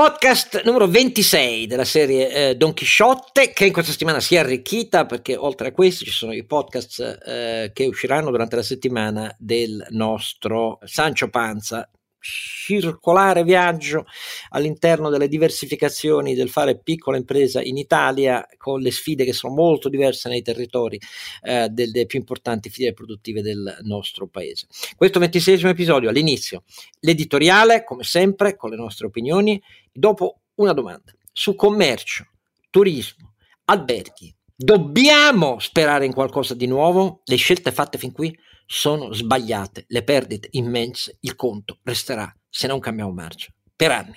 Podcast numero 26 della serie Don Chisciotte, che in questa settimana si è arricchita perché oltre a questi ci sono i podcast che usciranno durante la settimana del nostro Sancio Panza, circolare viaggio all'interno delle diversificazioni del fare piccola impresa in Italia, con le sfide che sono molto diverse nei territori delle più importanti filiere produttive del nostro paese. Questo 26esimo episodio, all'inizio l'editoriale come sempre con le nostre opinioni, dopo una domanda su commercio, turismo, alberghi. Dobbiamo sperare in qualcosa di nuovo? Le scelte fatte fin qui sono sbagliate, le perdite immense, il conto resterà, se non cambiamo marcia, per anni.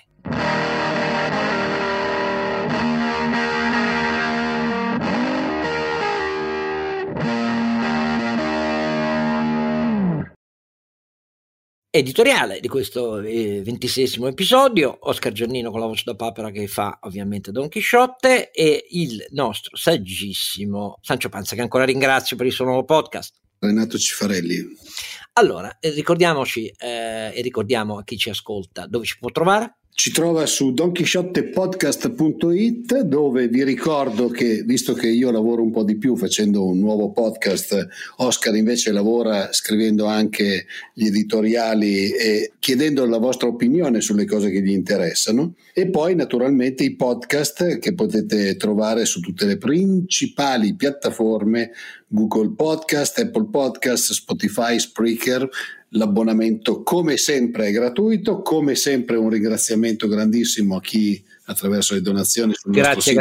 Editoriale di questo 26esimo episodio, Oscar Giannino con la voce da papera che fa ovviamente Don Chisciotte, e il nostro saggissimo Sancio Panza, che ancora ringrazio per il suo nuovo podcast. Renato Cifarelli. Allora, ricordiamoci e ricordiamo a chi ci ascolta dove ci può trovare. Ci trova su donchisciottepodcast.it, dove vi ricordo che, visto che io lavoro un po' di più facendo un nuovo podcast, Oscar invece lavora scrivendo anche gli editoriali e chiedendo la vostra opinione sulle cose che gli interessano, e poi naturalmente i podcast che potete trovare su tutte le principali piattaforme: Google Podcast, Apple Podcast, Spotify, Spreaker. L'abbonamento come sempre è gratuito, come sempre un ringraziamento grandissimo a chi attraverso le donazioni sul Grazie.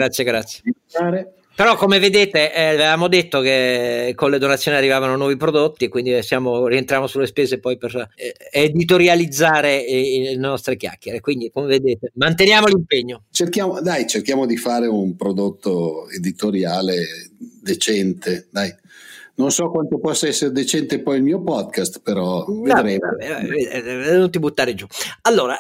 Però come vedete avevamo detto che con le donazioni arrivavano nuovi prodotti e quindi rientriamo sulle spese poi per editorializzare le nostre chiacchiere, quindi come vedete manteniamo l'impegno. Cerchiamo di fare un prodotto editoriale decente, dai. Non so quanto possa essere decente poi il mio podcast, però vedremo. Non ti buttare giù. Allora,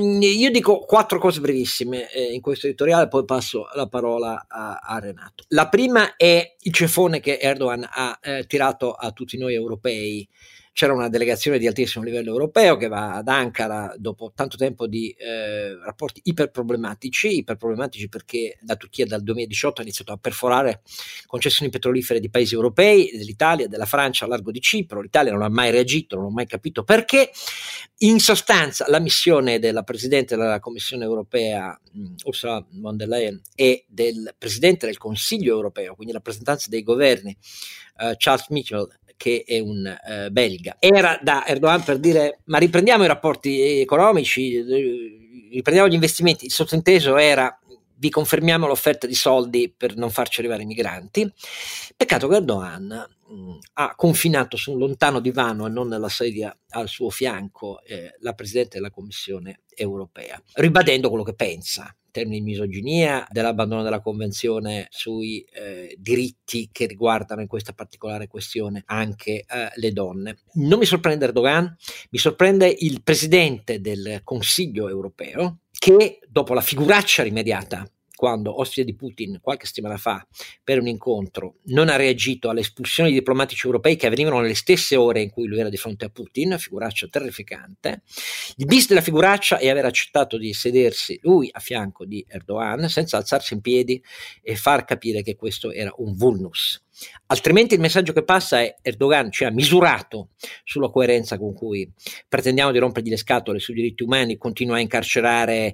io dico 4 cose brevissime in questo editoriale, poi passo la parola a Renato. La prima è il ceffone che Erdogan ha tirato a tutti noi europei. C'era una delegazione di altissimo livello europeo che va ad Ankara dopo tanto tempo di rapporti iperproblematici perché la Turchia dal 2018 ha iniziato a perforare concessioni petrolifere di paesi europei, dell'Italia, della Francia a largo di Cipro. L'Italia non ha mai reagito, non ho mai capito perché. In sostanza la missione della Presidente della Commissione europea Ursula von der Leyen e del Presidente del Consiglio europeo, quindi la rappresentanza dei governi Charles Michel, che è un belga, era da Erdogan per dire: ma riprendiamo i rapporti economici, riprendiamo gli investimenti. Il sottinteso era: vi confermiamo l'offerta di soldi per non farci arrivare i migranti. Peccato che Erdogan ha confinato su un lontano divano e non nella sedia al suo fianco la Presidente della Commissione europea, ribadendo quello che pensa in termini di misoginia, dell'abbandono della Convenzione sui diritti che riguardano in questa particolare questione anche le donne. Non mi sorprende Erdogan, mi sorprende il Presidente del Consiglio europeo, che dopo la figuraccia rimediata quando ospite di Putin qualche settimana fa per un incontro non ha reagito alle espulsioni di diplomatici europei che avvenivano nelle stesse ore in cui lui era di fronte a Putin, figuraccia terrificante. Il bis della figuraccia è aver accettato di sedersi lui a fianco di Erdogan senza alzarsi in piedi e far capire che questo era un vulnus. Altrimenti il messaggio che passa è: Erdogan ci ha misurato sulla coerenza con cui pretendiamo di rompergli le scatole sui diritti umani, continua a incarcerare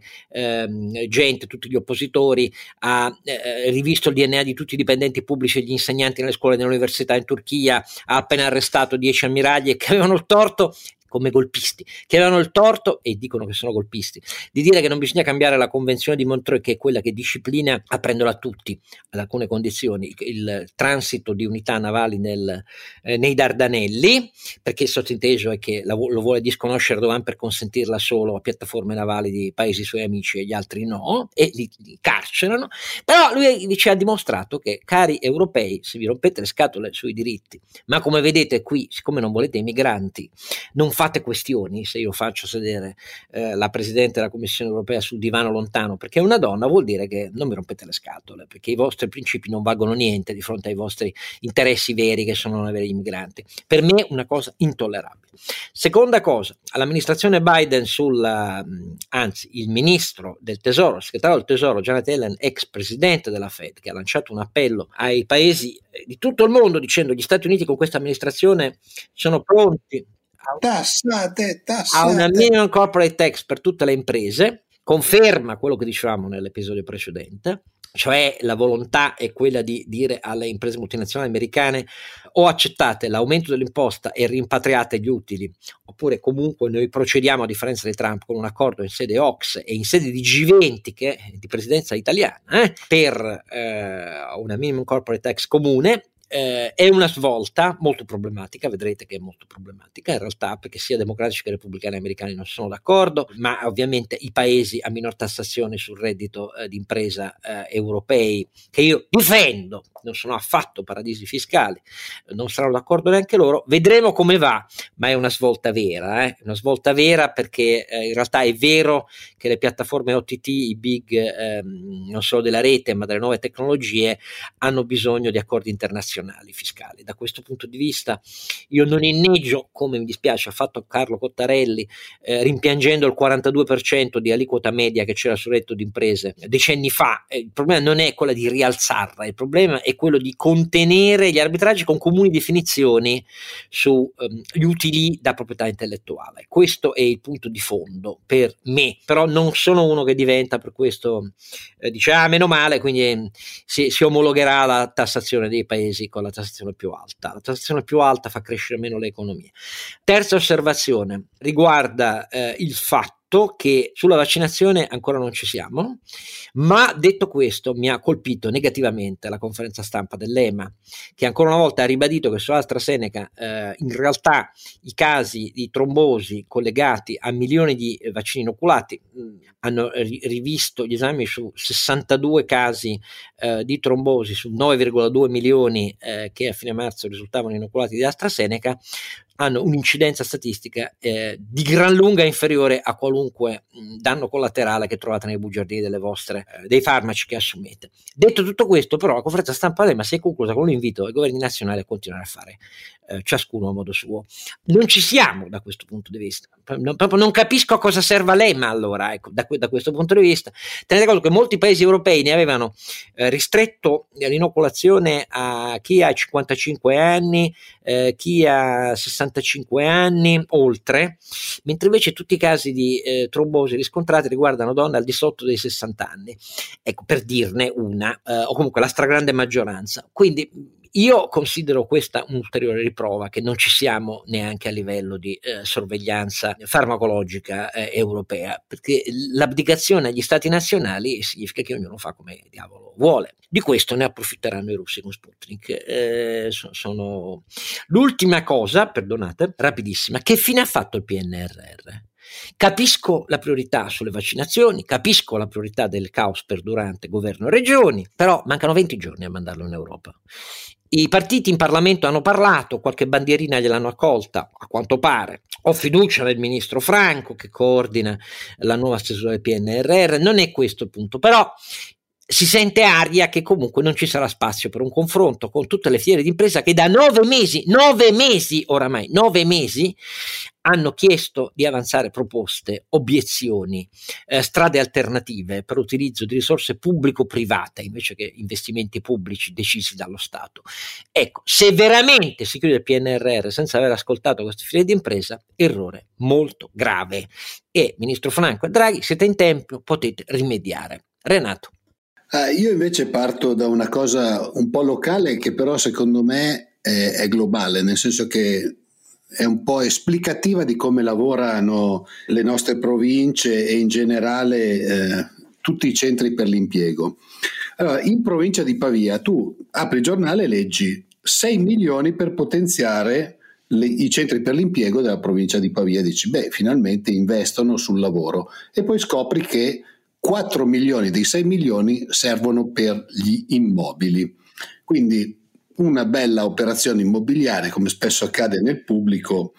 gente, tutti gli oppositori, ha rivisto il DNA di tutti i dipendenti pubblici e gli insegnanti nelle scuole e nelle università in Turchia, ha appena arrestato 10 ammiragli che avevano il torto, come golpisti, che avevano il torto, e dicono che sono golpisti, di dire che non bisogna cambiare la Convenzione di Montreux, che è quella che disciplina, aprendola a tutti, ad alcune condizioni, il transito di unità navali nei Dardanelli, perché il sottinteso è che lo vuole disconoscere Erdogan per consentirla solo a piattaforme navali di paesi suoi amici e gli altri no, e li carcerano. Però lui ci ha dimostrato che, cari europei, se vi rompete le scatole sui diritti, ma come vedete qui, siccome non volete i migranti, non fate fate questioni se io faccio sedere la Presidente della Commissione europea sul divano lontano perché è una donna, vuol dire che non mi rompete le scatole, perché i vostri principi non valgono niente di fronte ai vostri interessi veri, che sono non avere gli migranti. Per me è una cosa intollerabile. Seconda cosa, all'amministrazione Biden anzi il ministro del tesoro, il segretario del tesoro Janet Yellen, ex presidente della Fed, che ha lanciato un appello ai paesi di tutto il mondo dicendo gli Stati Uniti con questa amministrazione sono pronti a una minimum corporate tax per tutte le imprese, conferma quello che dicevamo nell'episodio precedente, cioè la volontà è quella di dire alle imprese multinazionali americane: o accettate l'aumento dell'imposta e rimpatriate gli utili, oppure comunque noi procediamo, a differenza di Trump, con un accordo in sede OCSE e in sede di G20, che è di presidenza italiana, per una minimum corporate tax comune. È una svolta molto problematica, vedrete che è molto problematica in realtà, perché sia democratici che repubblicani americani non sono d'accordo, ma ovviamente i paesi a minor tassazione sul reddito d'impresa europei, che io difendo, non sono affatto paradisi fiscali, non saranno d'accordo neanche loro. Vedremo come va, ma è una svolta vera, una svolta vera, perché in realtà è vero che le piattaforme OTT, i big non solo della rete ma delle nuove tecnologie, hanno bisogno di accordi internazionali fiscali. Da questo punto di vista io non inneggio, come mi dispiace ha fatto Carlo Cottarelli, rimpiangendo il 42% di aliquota media che c'era sul reddito di imprese decenni fa. Il problema non è quello di rialzarla, il problema è quello di contenere gli arbitraggi con comuni definizioni su gli utili da proprietà intellettuale. Questo è il punto di fondo per me, però non sono uno che diventa per questo dice meno male, quindi si omologherà la tassazione dei paesi con la tassazione più alta. La tassazione più alta fa crescere meno le economie. Terza osservazione riguarda il fatto che sulla vaccinazione ancora non ci siamo, ma detto questo mi ha colpito negativamente la conferenza stampa dell'EMA, che ancora una volta ha ribadito che sull'AstraZeneca in realtà i casi di trombosi collegati a milioni di vaccini inoculati, hanno rivisto gli esami su 62 casi di trombosi su 9,2 milioni che a fine marzo risultavano inoculati di AstraZeneca, hanno un'incidenza statistica di gran lunga inferiore a qualunque danno collaterale che trovate nei bugiardini dei farmaci che assumete. Detto tutto questo, però, la conferenza stampa dell'EMA si è conclusa con l'invito ai governi nazionali a continuare a fare ciascuno a modo suo. Non ci siamo da questo punto di vista, proprio non capisco a cosa serva l'EMA allora, ecco, da questo punto di vista. Tenete conto che molti paesi europei ne avevano ristretto l'inoculazione a chi ha 55 anni, chi ha 65 anni, oltre, mentre invece tutti i casi di trombosi riscontrati riguardano donne al di sotto dei 60 anni, ecco, per dirne una, o comunque la stragrande maggioranza. Quindi io considero questa un'ulteriore riprova che non ci siamo neanche a livello di sorveglianza farmacologica europea, perché l'abdicazione agli stati nazionali significa che ognuno fa come diavolo vuole. Di questo ne approfitteranno i russi con Sputnik. L'ultima cosa, perdonate, rapidissima, che fine ha fatto il PNRR? Capisco la priorità sulle vaccinazioni, capisco la priorità del caos perdurante governo e regioni, però mancano 20 giorni a mandarlo in Europa. I partiti in Parlamento hanno parlato, qualche bandierina gliel'hanno accolta, a quanto pare. Ho fiducia nel ministro Franco che coordina la nuova stesura del PNRR, non è questo il punto, però si sente aria che comunque non ci sarà spazio per un confronto con tutte le fiere d'impresa che da 9 mesi oramai, 9 mesi hanno chiesto di avanzare proposte, obiezioni, strade alternative per utilizzo di risorse pubblico-private invece che investimenti pubblici decisi dallo Stato. Ecco, se veramente si chiude il PNRR senza aver ascoltato queste fiere d'impresa, errore molto grave. E Ministro Franco e Draghi, siete in tempo, potete rimediare. Renato. Io invece parto da una cosa un po' locale che però secondo me è globale, nel senso che è un po' esplicativa di come lavorano le nostre province e in generale tutti i centri per l'impiego. Allora, in provincia di Pavia tu apri il giornale e leggi 6 milioni per potenziare i centri per l'impiego della provincia di Pavia, dici finalmente investono sul lavoro, e poi scopri che 4 milioni dei 6 milioni servono per gli immobili. Quindi una bella operazione immobiliare, come spesso accade nel pubblico,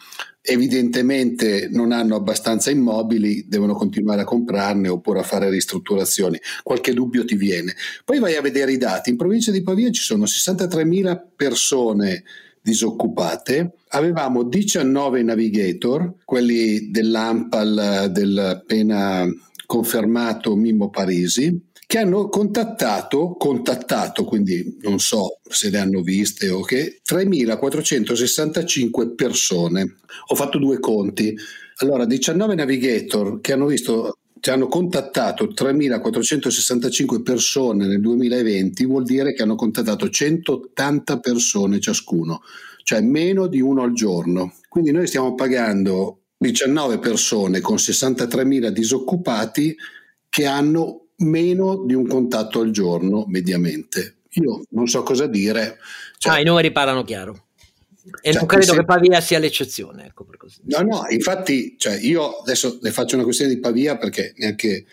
evidentemente non hanno abbastanza immobili, devono continuare a comprarne oppure a fare ristrutturazioni. Qualche dubbio ti viene. Poi vai a vedere i dati. In provincia di Pavia ci sono 63.000 persone disoccupate, avevamo 19 navigator, quelli dell'ANPAL del appena confermato Mimmo Parisi, che hanno contattato, quindi non so se le hanno viste o che, 3.465 persone. Ho fatto due conti. Allora, 19 navigator che hanno contattato 3.465 persone nel 2020 vuol dire che hanno contattato 180 persone ciascuno, cioè meno di uno al giorno. Quindi noi stiamo pagando 19 persone con 63.000 disoccupati che hanno meno di un contatto al giorno mediamente. Io non so cosa dire. I numeri parlano chiaro. E non credo che Pavia sia l'eccezione, ecco, per così. No, infatti, io adesso le faccio una questione di Pavia perché neanche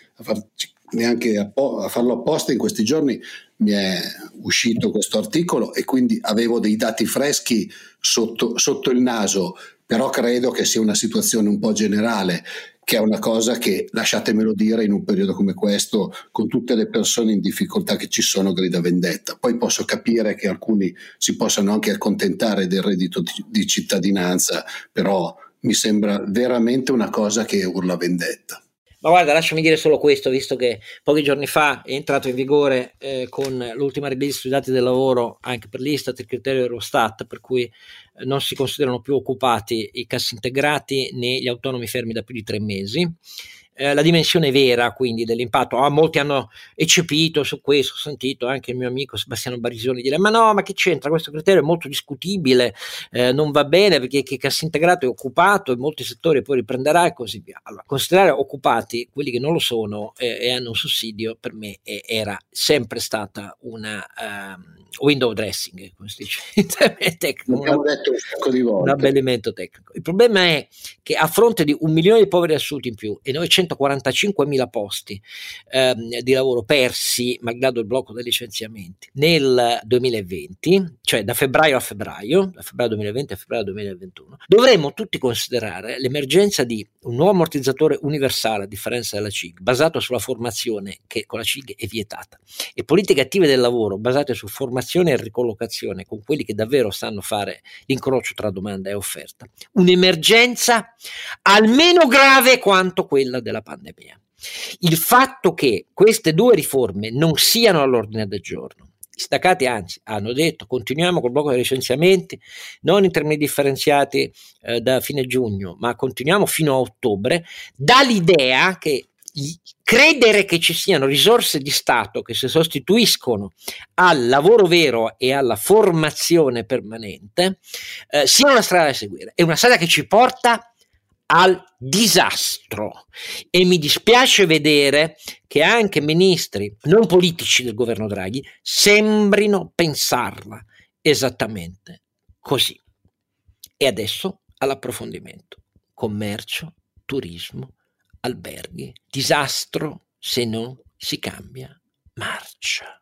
a farlo apposta in questi giorni mi è uscito questo articolo e quindi avevo dei dati freschi sotto il naso, però credo che sia una situazione un po' generale, che è una cosa che, lasciatemelo dire, in un periodo come questo, con tutte le persone in difficoltà che ci sono, grida vendetta. Poi posso capire che alcuni si possano anche accontentare del reddito di cittadinanza, però mi sembra veramente una cosa che urla vendetta. Ma guarda, lasciami dire solo questo, visto che pochi giorni fa è entrato in vigore con l'ultima release sui dati del lavoro anche per l'Istat il criterio Eurostat, per cui non si considerano più occupati i cassintegrati né gli autonomi fermi da più di 3 mesi. La dimensione vera quindi dell'impatto, molti hanno eccepito su questo, ho sentito anche il mio amico Sebastiano Barisoni dire ma che c'entra, questo criterio è molto discutibile, non va bene perché chi è cassintegrato è occupato in molti settori poi riprenderà e così via. Allora, considerare occupati quelli che non lo sono e hanno un sussidio per me era sempre stata una window dressing, come si dice tecnico, l'abbiamo detto un sacco di volte, un abbellimento tecnico. Il problema è che a fronte di 1 milione di poveri assunti in più e 945.000 posti di lavoro persi, malgrado il blocco dei licenziamenti, nel 2020, cioè da febbraio 2020 a febbraio 2021, dovremmo tutti considerare l'emergenza di un nuovo ammortizzatore universale, a differenza della CIG, basato sulla formazione, che con la CIG è vietata, e politiche attive del lavoro basate su formazione e ricollocazione con quelli che davvero sanno fare l'incrocio tra domanda e offerta. Un'emergenza almeno grave quanto quella della pandemia. Il fatto che queste due riforme non siano all'ordine del giorno, i sindacati anzi hanno detto continuiamo col blocco dei licenziamenti, non in termini differenziati da fine giugno, ma continuiamo fino a ottobre, dà l'idea che credere che ci siano risorse di Stato che si sostituiscono al lavoro vero e alla formazione permanente sia una strada da seguire, è una strada che ci porta al disastro e mi dispiace vedere che anche ministri non politici del governo Draghi sembrino pensarla esattamente così. E adesso all'approfondimento: commercio, turismo, alberghi, disastro se non si cambia marcia.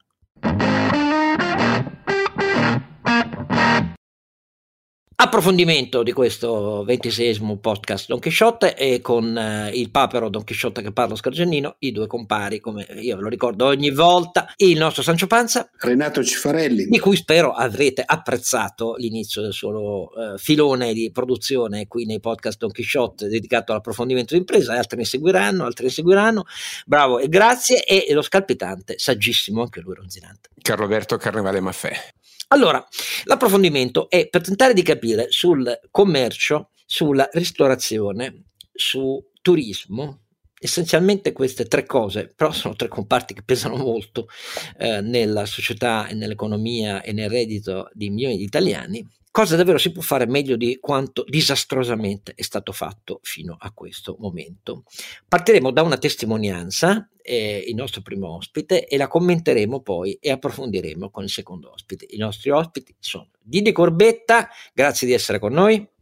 Approfondimento di questo 26esimo podcast Don Chisciotte e con il papero Don Chisciotte che parla Oscar Giannino, i due compari, come io ve lo ricordo ogni volta, il nostro Sancio Panza, Renato Cifarelli, di cui spero avrete apprezzato l'inizio del suo filone di produzione qui nei podcast Don Chisciotte dedicato all'approfondimento di impresa, e altri ne seguiranno, bravo e grazie, e lo scalpitante, saggissimo anche lui, ronzinante, Carloberto Carnevale Maffè. Allora, l'approfondimento è per tentare di capire sul commercio, sulla ristorazione, su turismo, essenzialmente queste tre cose, però sono tre comparti che pesano molto nella società e nell'economia e nel reddito di milioni di italiani. Cosa davvero si può fare meglio di quanto disastrosamente è stato fatto fino a questo momento? Partiremo da una testimonianza, il nostro primo ospite, e la commenteremo poi e approfondiremo con il secondo ospite. I nostri ospiti sono Didi Corbetta, grazie di essere con noi.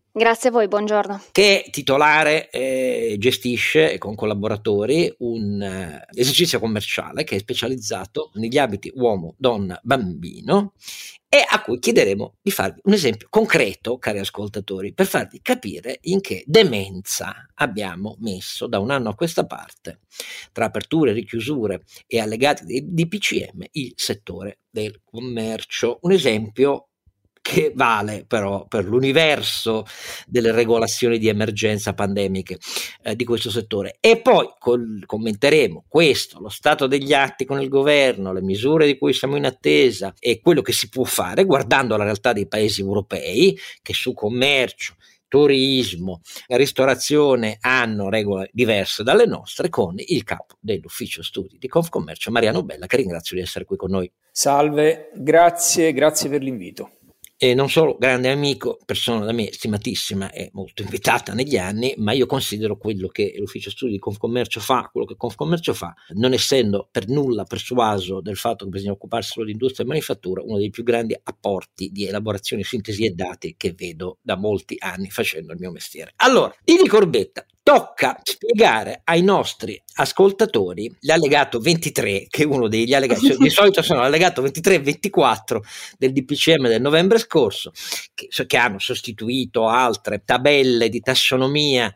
Grazie a voi, buongiorno. Che è titolare, gestisce con collaboratori un esercizio commerciale che è specializzato negli abiti uomo, donna, bambino, e a cui chiederemo di farvi un esempio concreto, cari ascoltatori, per farvi capire in che demenza abbiamo messo da un anno a questa parte, tra aperture, richiusure e allegati dei DPCM, il settore del commercio. Un esempio che vale però per l'universo delle regolazioni di emergenza pandemiche di questo settore. E poi commenteremo questo, lo stato degli atti con il governo, le misure di cui siamo in attesa e quello che si può fare guardando la realtà dei paesi europei che su commercio, turismo, ristorazione hanno regole diverse dalle nostre, con il capo dell'ufficio studi di Confcommercio, Mariano Bella, che ringrazio di essere qui con noi. Salve, grazie per l'invito. E non solo grande amico, persona da me stimatissima e molto invitata negli anni, ma io considero quello che l'ufficio studi di Confcommercio fa, quello che Confcommercio fa, non essendo per nulla persuaso del fatto che bisogna occuparsi solo di industria e manifattura, uno dei più grandi apporti di elaborazione, sintesi e dati che vedo da molti anni facendo il mio mestiere. Allora, Ivi Corbetta, tocca spiegare ai nostri ascoltatori l'allegato 23, che è uno degli allegati, di solito sono l'allegato 23 e 24 del DPCM del novembre scorso, che hanno sostituito altre tabelle di tassonomia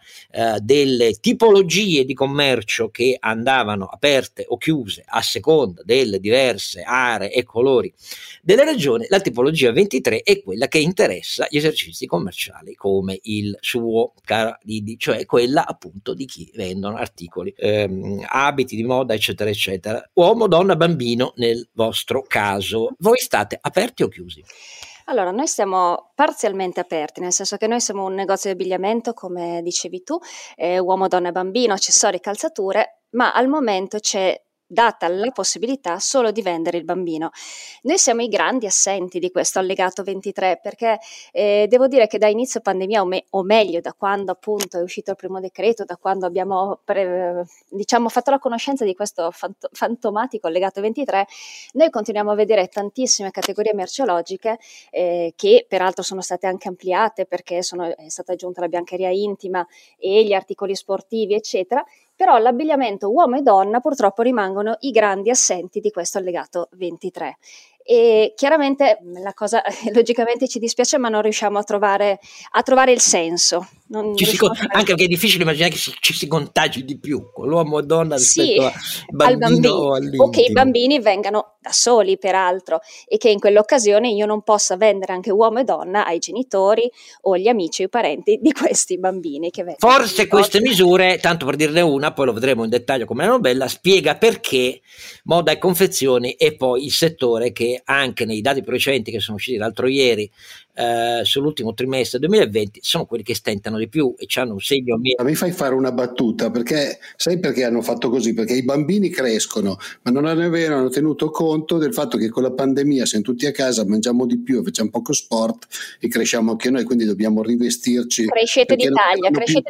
delle tipologie di commercio che andavano aperte o chiuse a seconda delle diverse aree e colori delle regioni. La tipologia 23 è quella che interessa gli esercizi commerciali come il suo, cara Didi, cioè quella appunto di chi vendono articoli, abiti di moda, eccetera eccetera, uomo, donna, bambino nel vostro caso. Voi state aperti o chiusi? Allora, noi siamo parzialmente aperti, nel senso che noi siamo un negozio di abbigliamento, come dicevi tu, uomo, donna e bambino, accessori, calzature, ma al momento c'è data la possibilità solo di vendere il bambino. Noi siamo i grandi assenti di questo allegato 23, perché devo dire che da inizio pandemia, o meglio da quando appunto è uscito il primo decreto, da quando abbiamo fatto la conoscenza di questo fantomatico allegato 23, noi continuiamo a vedere tantissime categorie merceologiche che peraltro sono state anche ampliate, perché è stata aggiunta la biancheria intima e gli articoli sportivi, eccetera. Però l'abbigliamento uomo e donna purtroppo rimangono i grandi assenti di questo allegato 23. E chiaramente la cosa logicamente ci dispiace, ma non riusciamo a trovare il senso. Anche perché è difficile immaginare che ci si contagi di più con l'uomo o donna rispetto al bambino o all'intimo. O che i bambini vengano da soli, peraltro, e che in quell'occasione io non possa vendere anche uomo e donna ai genitori o agli amici o ai parenti di questi bambini che vengono. Forse queste misure, tanto per dirne una, poi lo vedremo in dettaglio come Nobella, spiega perché moda e confezioni è poi il settore che anche nei dati precedenti che sono usciti l'altro ieri sull'ultimo trimestre 2020 sono quelli che stentano di più e hanno un segno meno. Mi fai fare una battuta, perché sai perché hanno fatto così? Perché i bambini crescono, ma non avevano tenuto conto del fatto che con la pandemia siamo tutti a casa, mangiamo di più, facciamo poco sport e cresciamo anche noi, quindi dobbiamo rivestirci. Crescete d'Italia.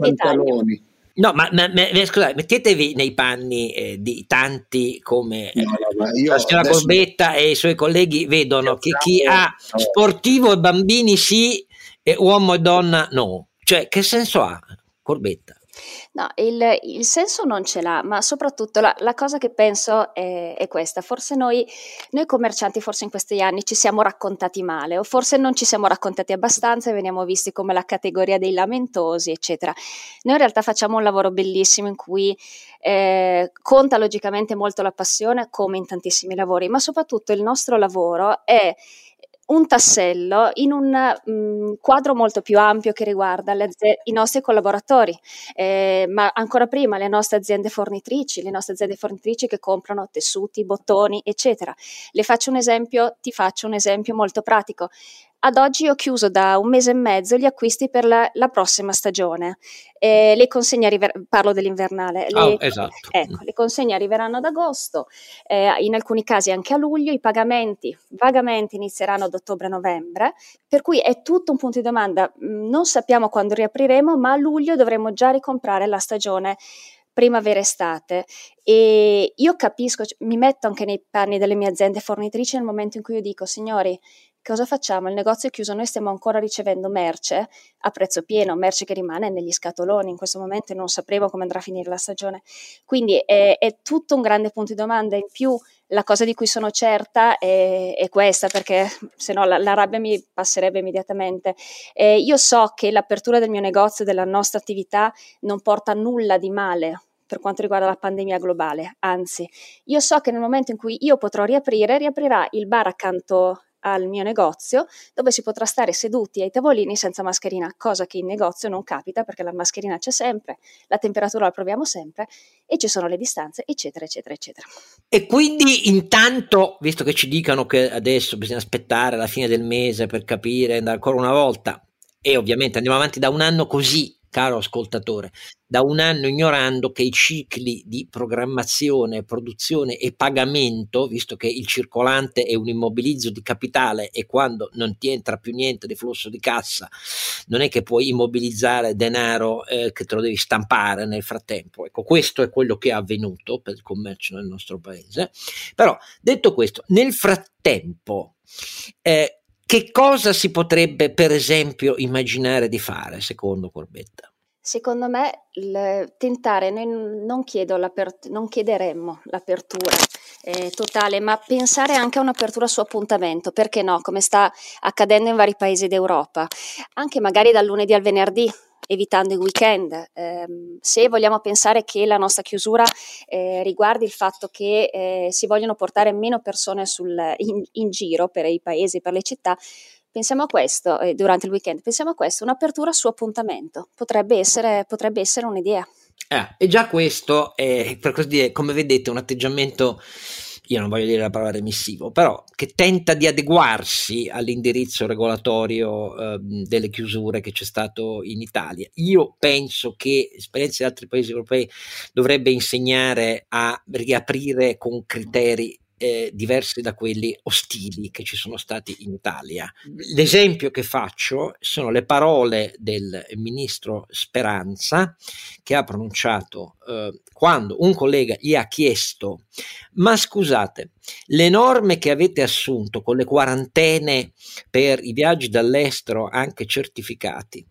No, ma scusate, mettetevi nei panni di tanti come la signora Corbetta e i suoi colleghi vedono che chi ha sportivo e bambini sì e uomo e donna no. Cioè, che senso ha, Corbetta? No, il senso non ce l'ha, ma soprattutto la cosa che penso è questa: forse noi commercianti forse in questi anni ci siamo raccontati male, o forse non ci siamo raccontati abbastanza e veniamo visti come la categoria dei lamentosi, eccetera. Noi in realtà facciamo un lavoro bellissimo in cui conta logicamente molto la passione, come in tantissimi lavori, ma soprattutto il nostro lavoro è un tassello in un quadro molto più ampio che riguarda i nostri collaboratori, ma ancora prima le nostre aziende fornitrici che comprano tessuti, bottoni, eccetera. Ti faccio un esempio molto pratico. Ad oggi ho chiuso da 1 mese e mezzo gli acquisti per la prossima stagione. Le consegne parlo dell'invernale. Esatto. Ecco, le consegne arriveranno ad agosto, in alcuni casi anche a luglio, i pagamenti vagamente inizieranno ad ottobre-novembre, per cui è tutto un punto di domanda. Non sappiamo quando riapriremo, ma a luglio dovremo già ricomprare la stagione primavera-estate, e io capisco, mi metto anche nei panni delle mie aziende fornitrici nel momento in cui io dico: signori, cosa facciamo? Il negozio è chiuso, noi stiamo ancora ricevendo merce a prezzo pieno, merce che rimane negli scatoloni in questo momento e non sapremo come andrà a finire la stagione. Quindi è tutto un grande punto di domanda. In più la cosa di cui sono certa è questa, perché se no la rabbia mi passerebbe immediatamente. Io so che l'apertura del mio negozio, della nostra attività, non porta nulla di male per quanto riguarda la pandemia globale, anzi, io so che nel momento in cui io potrò riaprirà il bar accanto al mio negozio, dove si potrà stare seduti ai tavolini senza mascherina, cosa che in negozio non capita perché la mascherina c'è sempre, la temperatura la proviamo sempre e ci sono le distanze, eccetera, eccetera, eccetera. E quindi intanto, visto che ci dicono che adesso bisogna aspettare la fine del mese per capire, ancora una volta, e ovviamente andiamo avanti da un anno così, caro ascoltatore, da un anno ignorando che i cicli di programmazione, produzione e pagamento, visto che il circolante è un immobilizzo di capitale e quando non ti entra più niente di flusso di cassa, non è che puoi immobilizzare denaro che te lo devi stampare nel frattempo. Ecco, questo è quello che è avvenuto per il commercio nel nostro paese. Però, detto questo, nel frattempo, che cosa si potrebbe, per esempio, immaginare di fare, secondo Corbetta? Secondo me tentare, noi non chiederemmo l'apertura totale, ma pensare anche a un'apertura su appuntamento, perché no, come sta accadendo in vari paesi d'Europa, anche magari dal lunedì al venerdì, evitando i weekend. Se vogliamo pensare che la nostra chiusura riguardi il fatto che si vogliono portare meno persone in giro per i paesi, per le città, pensiamo a questo durante il weekend, pensiamo a questo, un'apertura su appuntamento, potrebbe essere un'idea. E già questo è, per così dire, come vedete, un atteggiamento, io non voglio dire la parola remissivo, però che tenta di adeguarsi all'indirizzo regolatorio delle chiusure che c'è stato in Italia. Io penso che l'esperienza di altri paesi europei dovrebbe insegnare a riaprire con criteri diversi da quelli ostili che ci sono stati in Italia. L'esempio che faccio sono le parole del ministro Speranza, che ha pronunciato quando un collega gli ha chiesto: ma scusate, le norme che avete assunto con le quarantene per i viaggi dall'estero anche certificati,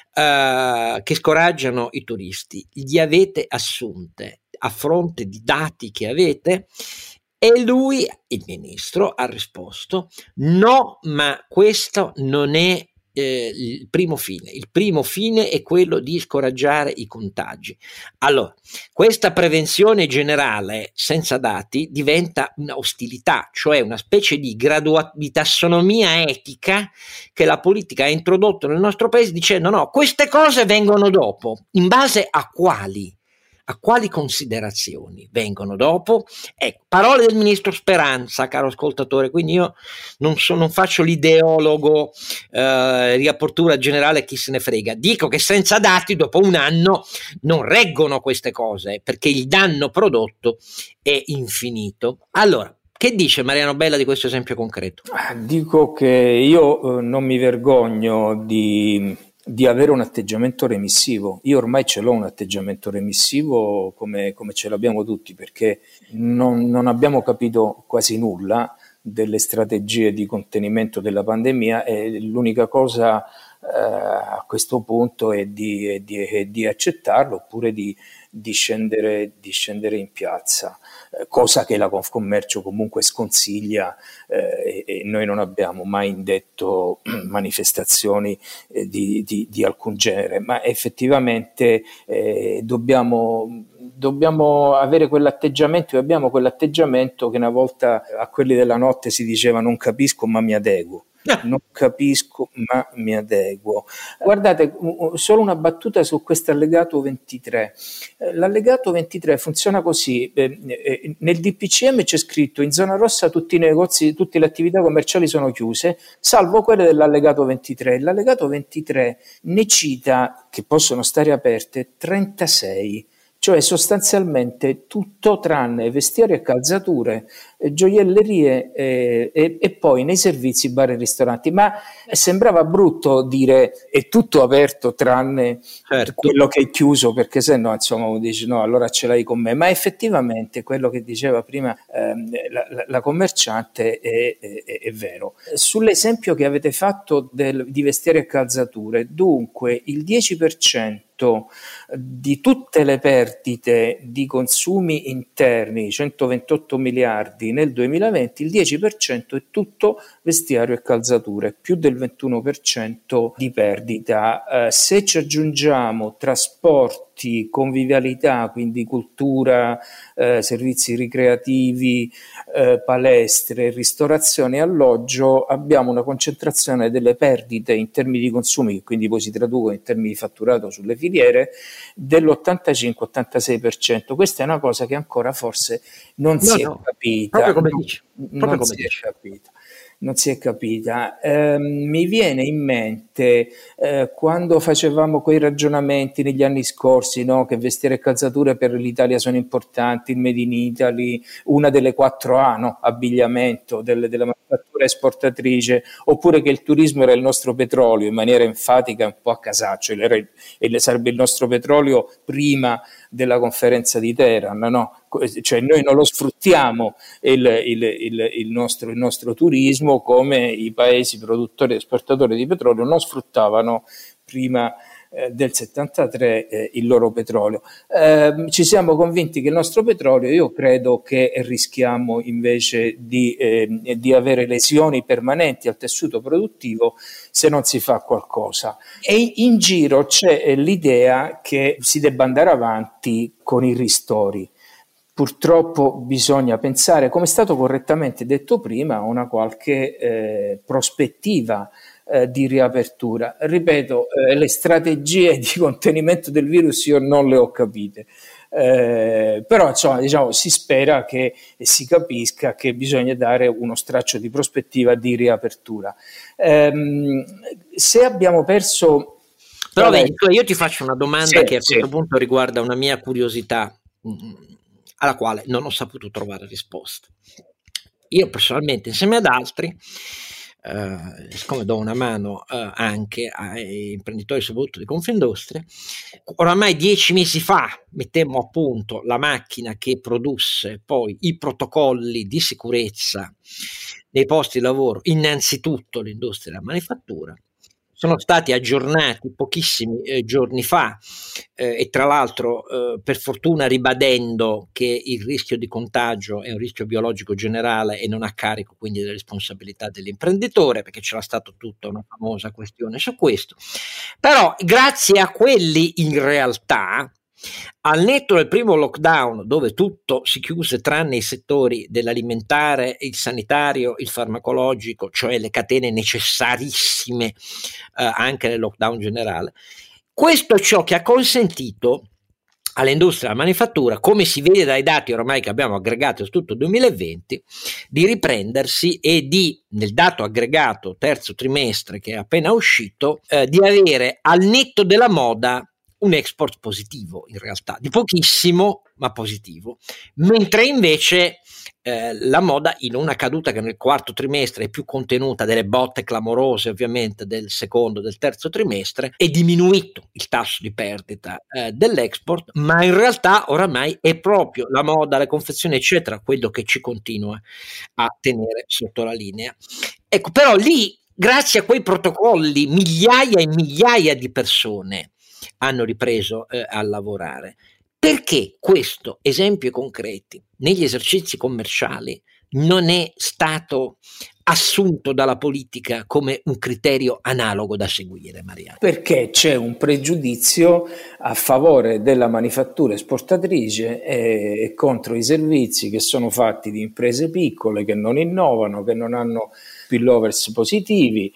che scoraggiano i turisti, li avete assunte a fronte di dati che avete? E lui, il ministro, ha risposto: no, ma questo non è il primo fine. Il primo fine è quello di scoraggiare i contagi. Allora, questa prevenzione generale senza dati diventa una ostilità, cioè una specie di di tassonomia etica che la politica ha introdotto nel nostro paese dicendo: no, queste cose vengono dopo. In base a quali? A quali considerazioni vengono dopo? Ecco, parole del ministro Speranza, caro ascoltatore, quindi io non faccio l'ideologo, riapertura generale, chi se ne frega. Dico che senza dati dopo un anno non reggono queste cose, perché il danno prodotto è infinito. Allora, che dice Mariano Bella di questo esempio concreto? Dico che io non mi vergogno di avere un atteggiamento remissivo. Io ormai ce l'ho un atteggiamento remissivo come ce l'abbiamo tutti, perché non abbiamo capito quasi nulla delle strategie di contenimento della pandemia e l'unica cosa a questo punto è di accettarlo oppure di scendere in piazza, cosa che la Confcommercio comunque sconsiglia e noi non abbiamo mai indetto manifestazioni di alcun genere, ma effettivamente dobbiamo avere quell'atteggiamento, e abbiamo quell'atteggiamento che una volta a quelli della notte si diceva: non capisco ma mi adeguo. Non capisco ma mi adeguo. Guardate, solo una battuta su questo allegato 23. L'allegato 23 funziona così: nel DPCM c'è scritto in zona rossa tutti i negozi, tutte le attività commerciali sono chiuse, salvo quelle dell'allegato 23. L'allegato 23 ne cita che possono stare aperte 36. cioè sostanzialmente tutto tranne vestiario e calzature, gioiellerie e poi nei servizi, bar e ristoranti. Ma sembrava brutto dire è tutto aperto tranne quello che è chiuso, perché se no, insomma, uno dice no, allora ce l'hai con me. Ma effettivamente quello che diceva prima la commerciante è vero. Sull'esempio che avete fatto di vestiario e calzature, dunque il 10% di tutte le perdite di consumi interni, 128 miliardi nel 2020, il 10% è tutto vestiario e calzature, più del 21% di perdita. Se ci aggiungiamo trasporti, convivialità, quindi cultura, servizi ricreativi, palestre, ristorazione e alloggio, abbiamo una concentrazione delle perdite in termini di consumi, che quindi poi si traducono in termini di fatturato sulle filiere, dell'85-86%. Questa è una cosa che ancora forse non si è capita. Proprio come dici. Non si è capita. Mi viene in mente quando facevamo quei ragionamenti negli anni scorsi, no? Che vestiario e calzature per l'Italia sono importanti, il Made in Italy, una delle 4A, no? Abbigliamento della manifattura esportatrice, oppure che il turismo era il nostro petrolio, in maniera enfatica, un po' a casaccio, sarebbe il nostro petrolio prima della conferenza di Teheran, no? Cioè noi non lo sfruttiamo il nostro turismo come i paesi produttori e esportatori di petrolio non sfruttavano prima del 73 il loro petrolio. Ci siamo convinti che il nostro petrolio, io credo che rischiamo invece di avere lesioni permanenti al tessuto produttivo se non si fa qualcosa. E in giro c'è l'idea che si debba andare avanti con i ristori. Purtroppo bisogna pensare, come è stato correttamente detto prima, a una qualche prospettiva di riapertura. Ripeto, le strategie di contenimento del virus io non le ho capite, però insomma, diciamo, si spera che si capisca che bisogna dare uno straccio di prospettiva di riapertura. Se abbiamo perso... Però vedi, io ti faccio una domanda che a questo punto riguarda una mia curiosità, alla quale non ho saputo trovare risposta. Io personalmente, insieme ad altri, siccome do una mano anche ai imprenditori soprattutto di Confindustria, oramai 10 mesi fa mettemmo a punto la macchina che produsse poi i protocolli di sicurezza nei posti di lavoro, innanzitutto l'industria della manifattura. Sono stati aggiornati pochissimi giorni fa e tra l'altro per fortuna ribadendo che il rischio di contagio è un rischio biologico generale e non a carico quindi della responsabilità dell'imprenditore, perché c'era stata tutta una famosa questione su questo. Però grazie a quelli in realtà, al netto del primo lockdown dove tutto si chiuse tranne i settori dell'alimentare, il sanitario, il farmacologico, cioè le catene necessarissime anche nel lockdown generale, questo è ciò che ha consentito all'industria della manifattura, come si vede dai dati ormai che abbiamo aggregato su tutto il 2020, di riprendersi e di, nel dato aggregato terzo trimestre che è appena uscito, di avere al netto della moda un export positivo, in realtà di pochissimo ma positivo, mentre invece la moda, in una caduta che nel quarto trimestre è più contenuta delle botte clamorose ovviamente del secondo, del terzo trimestre, è diminuito il tasso di perdita dell'export, ma in realtà oramai è proprio la moda, le confezioni eccetera quello che ci continua a tenere sotto la linea. Ecco, però lì grazie a quei protocolli migliaia e migliaia di persone hanno ripreso a lavorare. Perché questo, esempio concreti, negli esercizi commerciali non è stato assunto dalla politica come un criterio analogo da seguire, Mariano? Perché c'è un pregiudizio a favore della manifattura esportatrice e contro i servizi che sono fatti di imprese piccole che non innovano, che non hanno spillovers positivi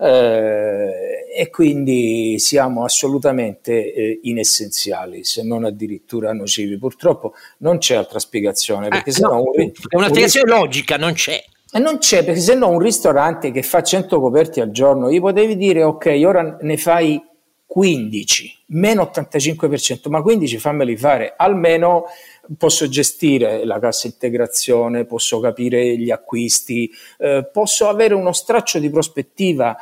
e quindi siamo assolutamente inessenziali, se non addirittura nocivi. Purtroppo non c'è altra spiegazione, perché sennò una spiegazione logica non c'è. E non c'è, perché se no un ristorante che fa 100 coperti al giorno gli potevi dire ok, ora ne fai 15, meno 85%, ma 15 fammeli fare, almeno posso gestire la cassa integrazione, posso capire gli acquisti, posso avere uno straccio di prospettiva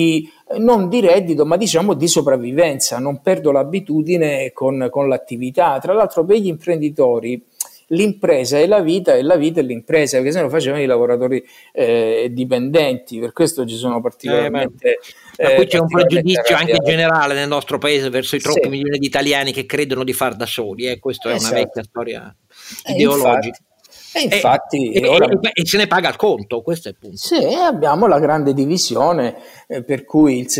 non di reddito, ma diciamo di sopravvivenza, non perdo l'abitudine con l'attività. Tra l'altro per gli imprenditori l'impresa è la vita e la vita è l'impresa, perché se no facevano i lavoratori dipendenti, per questo ci sono particolarmente... Ma qui c'è un pregiudizio anche generale nel nostro paese verso i troppi milioni di italiani che credono di far da soli, questa è una vecchia storia ideologica. Infatti, e se ne paga il conto, questo è il punto. Sì, abbiamo la grande divisione per cui il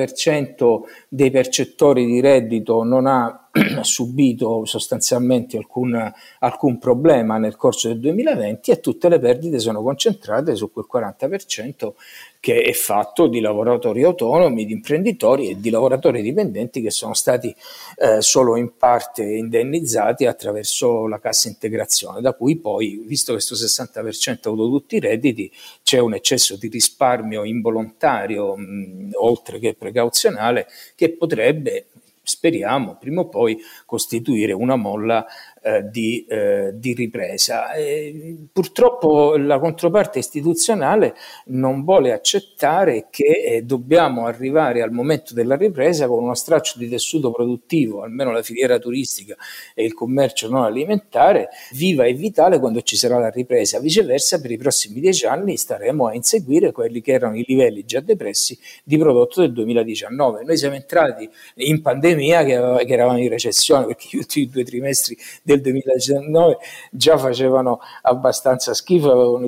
60% dei percettori di reddito non ha subito sostanzialmente alcun problema nel corso del 2020 e tutte le perdite sono concentrate su quel 40% che è fatto di lavoratori autonomi, di imprenditori e di lavoratori dipendenti che sono stati solo in parte indennizzati attraverso la cassa integrazione, da cui poi, visto che questo 60% ha avuto tutti i redditi, c'è un eccesso di risparmio involontario, oltre che precauzionale, che potrebbe, speriamo, prima o poi costituire una molla di ripresa. Purtroppo la controparte istituzionale non vuole accettare che dobbiamo arrivare al momento della ripresa con uno straccio di tessuto produttivo, almeno la filiera turistica e il commercio non alimentare, viva e vitale quando ci sarà la ripresa. Viceversa, per i prossimi 10 anni staremo a inseguire quelli che erano i livelli già depressi di prodotto del 2019. Noi siamo entrati in pandemia che eravamo in recessione, perché gli ultimi 2 trimestri del 2019 già facevano abbastanza schifo, avevano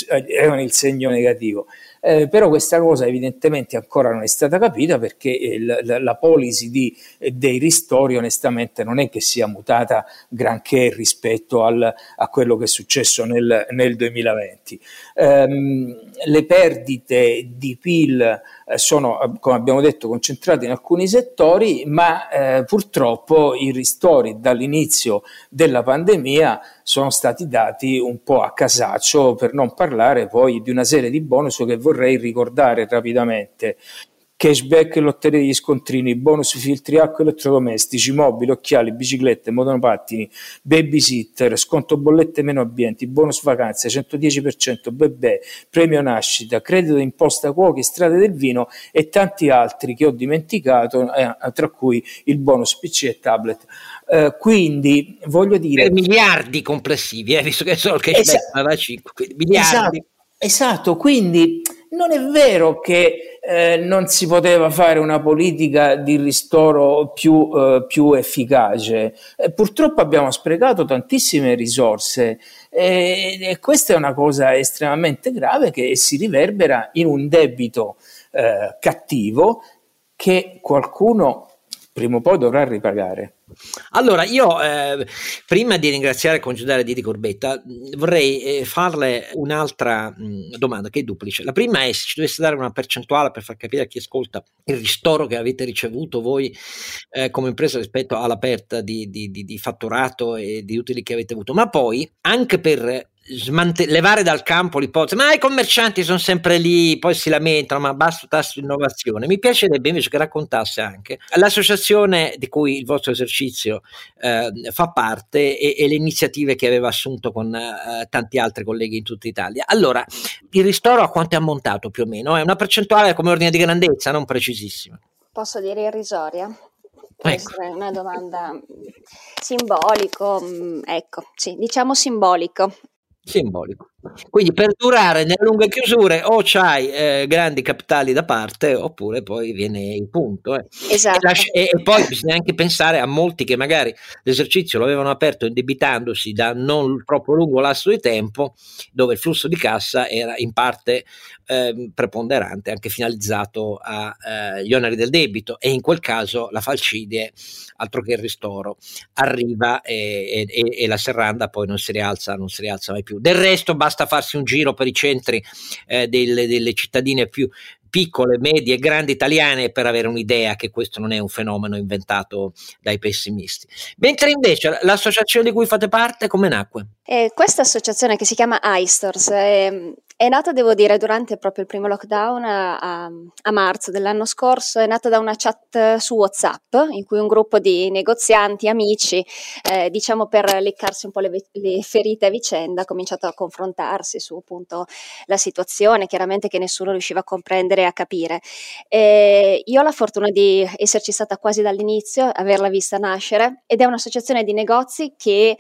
il segno negativo. Però questa cosa evidentemente ancora non è stata capita, perché la policy dei ristori onestamente non è che sia mutata granché rispetto a quello che è successo nel 2020. Le perdite di PIL sono, come abbiamo detto, concentrate in alcuni settori, ma purtroppo i ristori dall'inizio della pandemia sono stati dati un po' a casaccio, per non parlare poi di una serie di bonus che vorrei ricordare rapidamente. Cashback, lotterie degli scontrini, bonus filtri acqua, elettrodomestici, mobili, occhiali, biciclette, monopattini, babysitter, sconto bollette meno abbienti, bonus vacanze, 110%, bebè, premio nascita, credito d'imposta cuochi, strade del vino e tanti altri che ho dimenticato, tra cui il bonus PC e tablet. Quindi voglio dire... Per miliardi complessivi, visto che solo il cashback va da 5, quindi miliardi. Esatto, quindi non è vero che non si poteva fare una politica di ristoro più efficace. Purtroppo abbiamo sprecato tantissime risorse e questa è una cosa estremamente grave che si riverbera in un debito cattivo che qualcuno prima o poi dovrà ripagare. Allora, io prima di ringraziare e congedare Didi Corbetta vorrei farle un'altra domanda che è duplice. La prima è se ci dovesse dare una percentuale per far capire a chi ascolta il ristoro che avete ricevuto voi come impresa rispetto alla perdita di fatturato e di utili che avete avuto, ma poi anche per levare dal campo l'ipotesi ma i commercianti sono sempre lì, poi si lamentano, ma basso tasso di innovazione. Mi piacerebbe invece che raccontasse anche l'associazione di cui il vostro esercizio fa parte e le iniziative che aveva assunto con tanti altri colleghi in tutta Italia. Allora, il ristoro a quanto è ammontato più o meno? È una percentuale come ordine di grandezza, non precisissima. Posso dire irrisoria? Può essere una domanda simbolico, ecco, sì, diciamo simbolico. Simbolico. Quindi per durare nelle lunghe chiusure o c'hai grandi capitali da parte oppure poi viene il punto. Esatto. E poi bisogna anche pensare a molti che magari l'esercizio lo avevano aperto indebitandosi da non troppo lungo lasso di tempo, dove il flusso di cassa era in parte preponderante, anche finalizzato agli oneri del debito, e in quel caso la falcidie, altro che il ristoro, arriva e la serranda poi non si rialza mai più. Del resto basta farsi un giro per i centri delle cittadine più piccole, medie e grandi italiane per avere un'idea che questo non è un fenomeno inventato dai pessimisti. Mentre invece l'associazione di cui fate parte come nacque? Questa associazione che si chiama iStores È nato, devo dire, durante proprio il primo lockdown a marzo dell'anno scorso. È nato da una chat su WhatsApp in cui un gruppo di negozianti, amici, diciamo per leccarsi un po' le ferite a vicenda, ha cominciato a confrontarsi su appunto la situazione, chiaramente che nessuno riusciva a comprendere e a capire. Io ho la fortuna di esserci stata quasi dall'inizio, averla vista nascere, ed è un'associazione di negozi che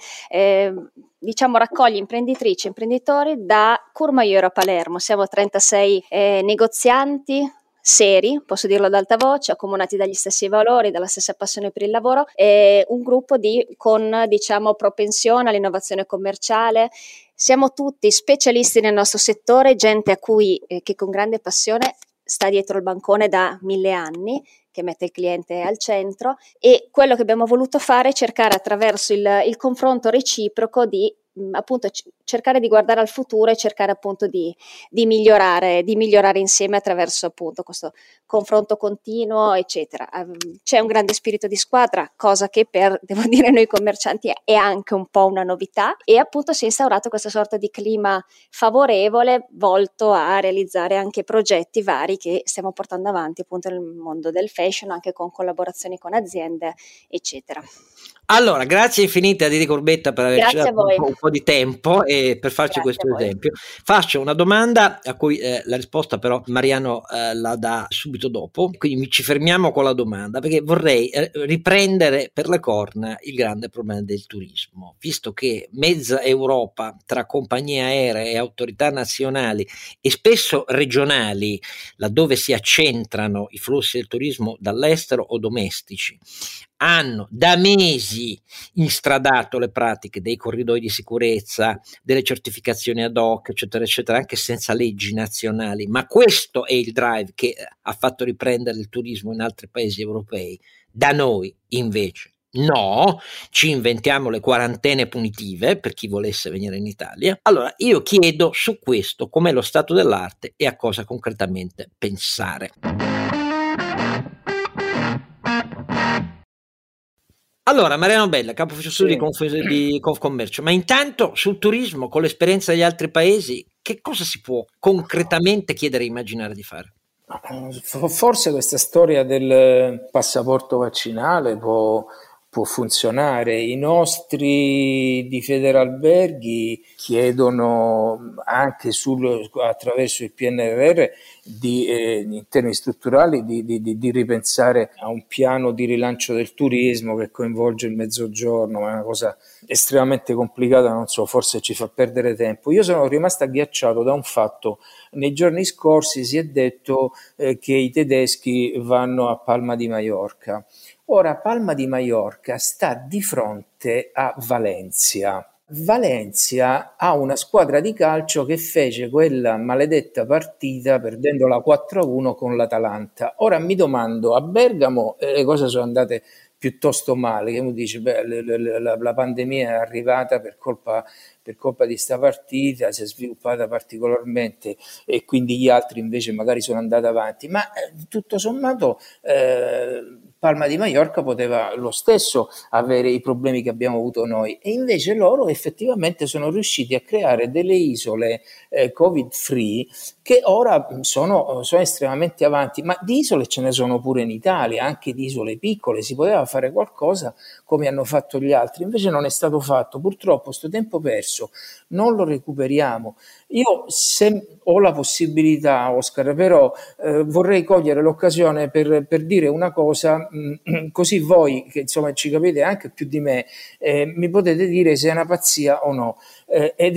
diciamo raccoglie imprenditrici e imprenditori da Courmayeur a Palermo. Siamo 36 negozianti seri, posso dirlo ad alta voce, accomunati dagli stessi valori, dalla stessa passione per il lavoro, e un gruppo con diciamo propensione all'innovazione commerciale. Siamo tutti specialisti nel nostro settore, gente a cui che con grande passione sta dietro il bancone da 1000 anni, che mette il cliente al centro, e quello che abbiamo voluto fare è cercare attraverso il confronto reciproco di appunto cercare di guardare al futuro e cercare appunto di migliorare insieme attraverso appunto questo confronto continuo, eccetera. C'è un grande spirito di squadra, cosa che devo dire, noi commercianti è anche un po' una novità, e appunto si è instaurato questa sorta di clima favorevole volto a realizzare anche progetti vari che stiamo portando avanti appunto nel mondo del fashion, anche con collaborazioni con aziende, eccetera. Allora, grazie infinite a Didi Corbetta per averci dato un po' di tempo e per farci questo esempio. Faccio una domanda a cui la risposta però Mariano la dà subito dopo, quindi ci fermiamo con la domanda, perché vorrei riprendere per le corna il grande problema del turismo, visto che mezza Europa, tra compagnie aeree e autorità nazionali e spesso regionali, laddove si accentrano i flussi del turismo dall'estero o domestici, hanno da mesi instradato le pratiche dei corridoi di sicurezza, delle certificazioni ad hoc, eccetera, eccetera, anche senza leggi nazionali. Ma questo è il drive che ha fatto riprendere il turismo in altri paesi europei. Da noi, invece, no, ci inventiamo le quarantene punitive per chi volesse venire in Italia. Allora, io chiedo su questo com'è lo stato dell'arte e a cosa concretamente pensare. Allora, Mariano Bella, capo ufficio studi di Confcommercio, ma intanto sul turismo, con l'esperienza degli altri paesi, che cosa si può concretamente chiedere e immaginare di fare? Forse questa storia del passaporto vaccinale può funzionare. I nostri di Federalberghi chiedono anche attraverso il PNRR in termini strutturali di ripensare a un piano di rilancio del turismo che coinvolge il Mezzogiorno, ma è una cosa estremamente complicata, non so, forse ci fa perdere tempo. Io sono rimasto agghiacciato da un fatto. Nei giorni scorsi si è detto che i tedeschi vanno a Palma di Maiorca. Ora, Palma di Maiorca sta di fronte a Valencia. Valencia ha una squadra di calcio che fece quella maledetta partita perdendo la 4-1 con l'Atalanta. Ora mi domando, a Bergamo le cose sono andate piuttosto male, che uno dice la pandemia è arrivata per colpa di sta partita, si è sviluppata particolarmente e quindi gli altri invece magari sono andati avanti, ma tutto sommato Palma di Maiorca poteva lo stesso avere i problemi che abbiamo avuto noi, e invece loro effettivamente sono riusciti a creare delle isole covid free che ora sono estremamente avanti, ma di isole ce ne sono pure in Italia, anche di isole piccole, si poteva fare qualcosa come hanno fatto gli altri, invece non è stato fatto, purtroppo sto tempo perso non lo recuperiamo. Io se ho la possibilità, Oscar, però vorrei cogliere l'occasione per dire una cosa, così voi che insomma ci capite anche più di me mi potete dire se è una pazzia o no, ed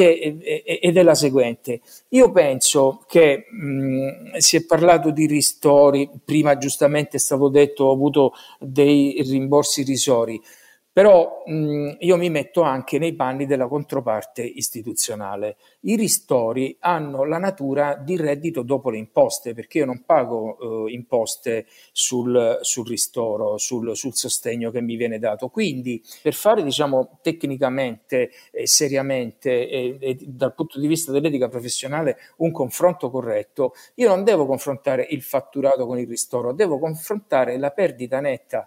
è la seguente. Io penso che si è parlato di ristori, prima giustamente è stato detto ho avuto dei rimborsi irrisori, però io mi metto anche nei panni della controparte istituzionale. I ristori hanno la natura di reddito dopo le imposte, perché io non pago imposte sul ristoro, sul sostegno che mi viene dato. Quindi per fare, diciamo, tecnicamente e seriamente e dal punto di vista dell'etica professionale un confronto corretto, io non devo confrontare il fatturato con il ristoro, devo confrontare la perdita netta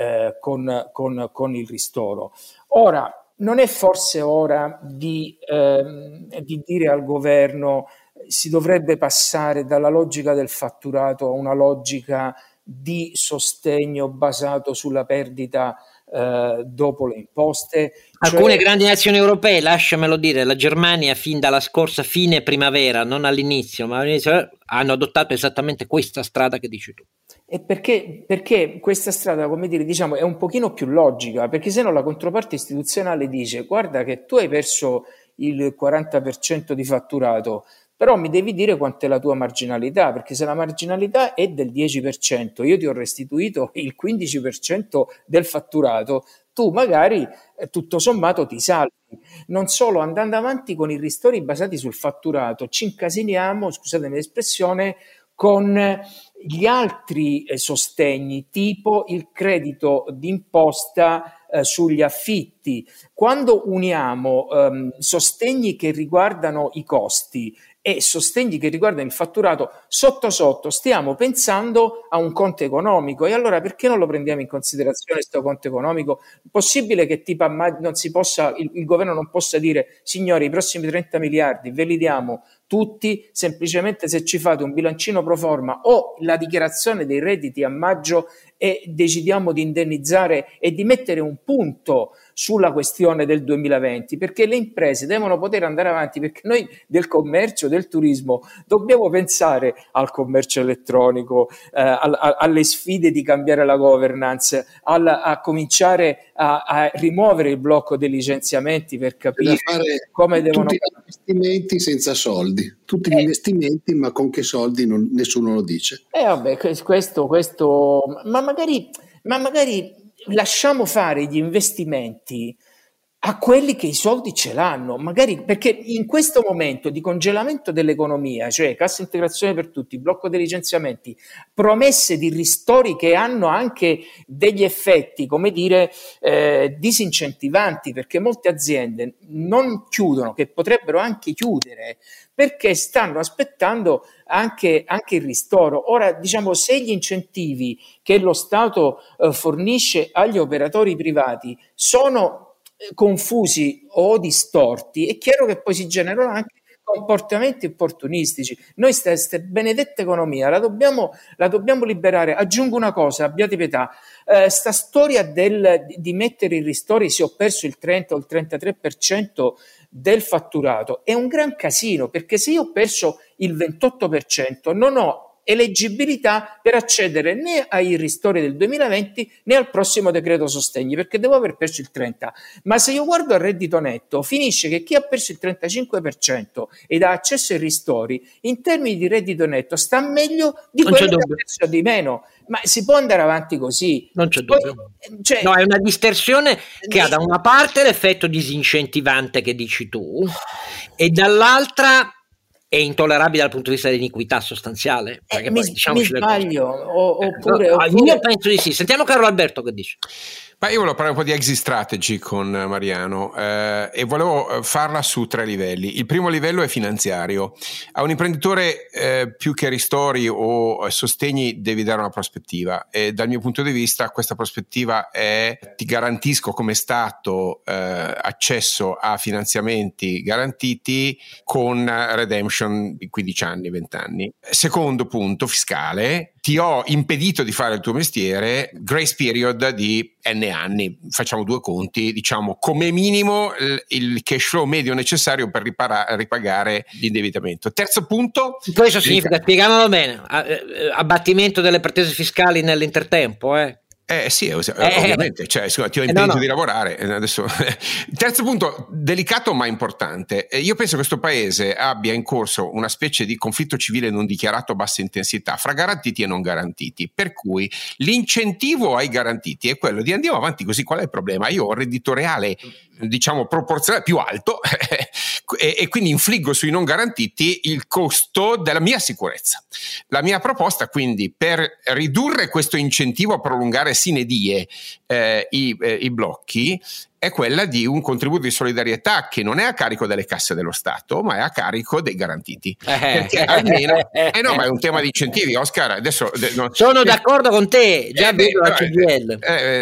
con il ristoro. Ora, non è forse ora di dire al governo si dovrebbe passare dalla logica del fatturato a una logica di sostegno basato sulla perdita dopo le imposte. Alcune grandi nazioni europee, lasciamelo dire, la Germania fin dalla scorsa fine primavera, non all'inizio, ma all'inizio, hanno adottato esattamente questa strada che dici tu. E perché questa strada, come dire, diciamo, è un pochino più logica, perché se no la controparte istituzionale dice: guarda che tu hai perso il 40% di fatturato, però mi devi dire quant'è la tua marginalità, perché se la marginalità è del 10%, io ti ho restituito il 15% del fatturato, tu magari tutto sommato ti salvi. Non solo, andando avanti con i ristori basati sul fatturato, ci incasiniamo, scusatemi l'espressione, con gli altri sostegni, tipo il credito d'imposta sugli affitti. Quando uniamo sostegni che riguardano i costi e sostegni che riguardano il fatturato, sotto sotto stiamo pensando a un conto economico. E allora perché non lo prendiamo in considerazione questo conto economico? Possibile che non si possa, il governo non possa dire: signori, i prossimi 30 miliardi ve li diamo tutti, semplicemente se ci fate un bilancino pro forma o la dichiarazione dei redditi a maggio e decidiamo di indennizzare e di mettere un punto sulla questione del 2020, perché le imprese devono poter andare avanti, perché noi del commercio, del turismo, dobbiamo pensare al commercio elettronico, alle sfide di cambiare la governance, a cominciare a rimuovere il blocco dei licenziamenti per capire come devono tutti gli investimenti senza soldi, tutti gli investimenti, ma con che soldi nessuno lo dice. Vabbè, questo ma magari lasciamo fare gli investimenti a quelli che i soldi ce l'hanno, magari, perché in questo momento di congelamento dell'economia, cioè cassa integrazione per tutti, blocco dei licenziamenti, promesse di ristori che hanno anche degli effetti, come dire, disincentivanti, perché molte aziende non chiudono, che potrebbero anche chiudere, perché stanno aspettando anche il ristoro. Ora, diciamo, se gli incentivi che lo Stato fornisce agli operatori privati sono confusi o distorti, è chiaro che poi si generano anche comportamenti opportunistici. Noi questa benedetta economia la dobbiamo liberare. Aggiungo una cosa, abbiate pietà, sta storia di mettere i ristori se ho perso il 30 o il 33% del fatturato è un gran casino, perché se io ho perso il 28% non ho eleggibilità per accedere né ai ristori del 2020 né al prossimo decreto sostegni, perché devo aver perso il 30%. Ma se io guardo al reddito netto, finisce che chi ha perso il 35% ed ha accesso ai ristori, in termini di reddito netto sta meglio di quello che ha perso di meno. Ma si può andare avanti così? Non c'è dubbio. Cioè, no, è una distorsione che ha da una parte l'effetto disincentivante che dici tu e dall'altra è intollerabile dal punto di vista dell'iniquità sostanziale. Mi sbaglio? Oppure... Io penso di sì. Sentiamo Carlo Alberto che dice. Ma io volevo parlare un po' di exit strategy con Mariano e volevo farla su 3 livelli. Il primo livello è finanziario. A un imprenditore più che ristori o sostegni devi dare una prospettiva e dal mio punto di vista questa prospettiva è: ti garantisco come Stato accesso a finanziamenti garantiti con redemption di 15 anni, 20 anni. Secondo punto, fiscale: ti ho impedito di fare il tuo mestiere, grace period di N anni, facciamo 2 conti, diciamo come minimo il cash flow medio necessario per ripagare l'indebitamento. Terzo punto. Questo significa, spiegamolo bene, abbattimento delle pretese fiscali nell'intertempo, Sì, ovviamente, cioè, ti ho impedito di lavorare. Adesso. Terzo punto, delicato ma importante. Io penso che questo paese abbia in corso una specie di conflitto civile non dichiarato a bassa intensità fra garantiti e non garantiti, per cui l'incentivo ai garantiti è quello di andiamo avanti così. Qual è il problema? Io ho un reddito reale, diciamo, proporzionale più alto e quindi infliggo sui non garantiti il costo della mia sicurezza. La mia proposta quindi per ridurre questo incentivo a prolungare sine die i blocchi è quella di un contributo di solidarietà che non è a carico delle casse dello Stato, ma è a carico dei garantiti. Perché almeno, no, ma è un tema di incentivi, Oscar. Adesso sono d'accordo con te, già vedo la CGIL.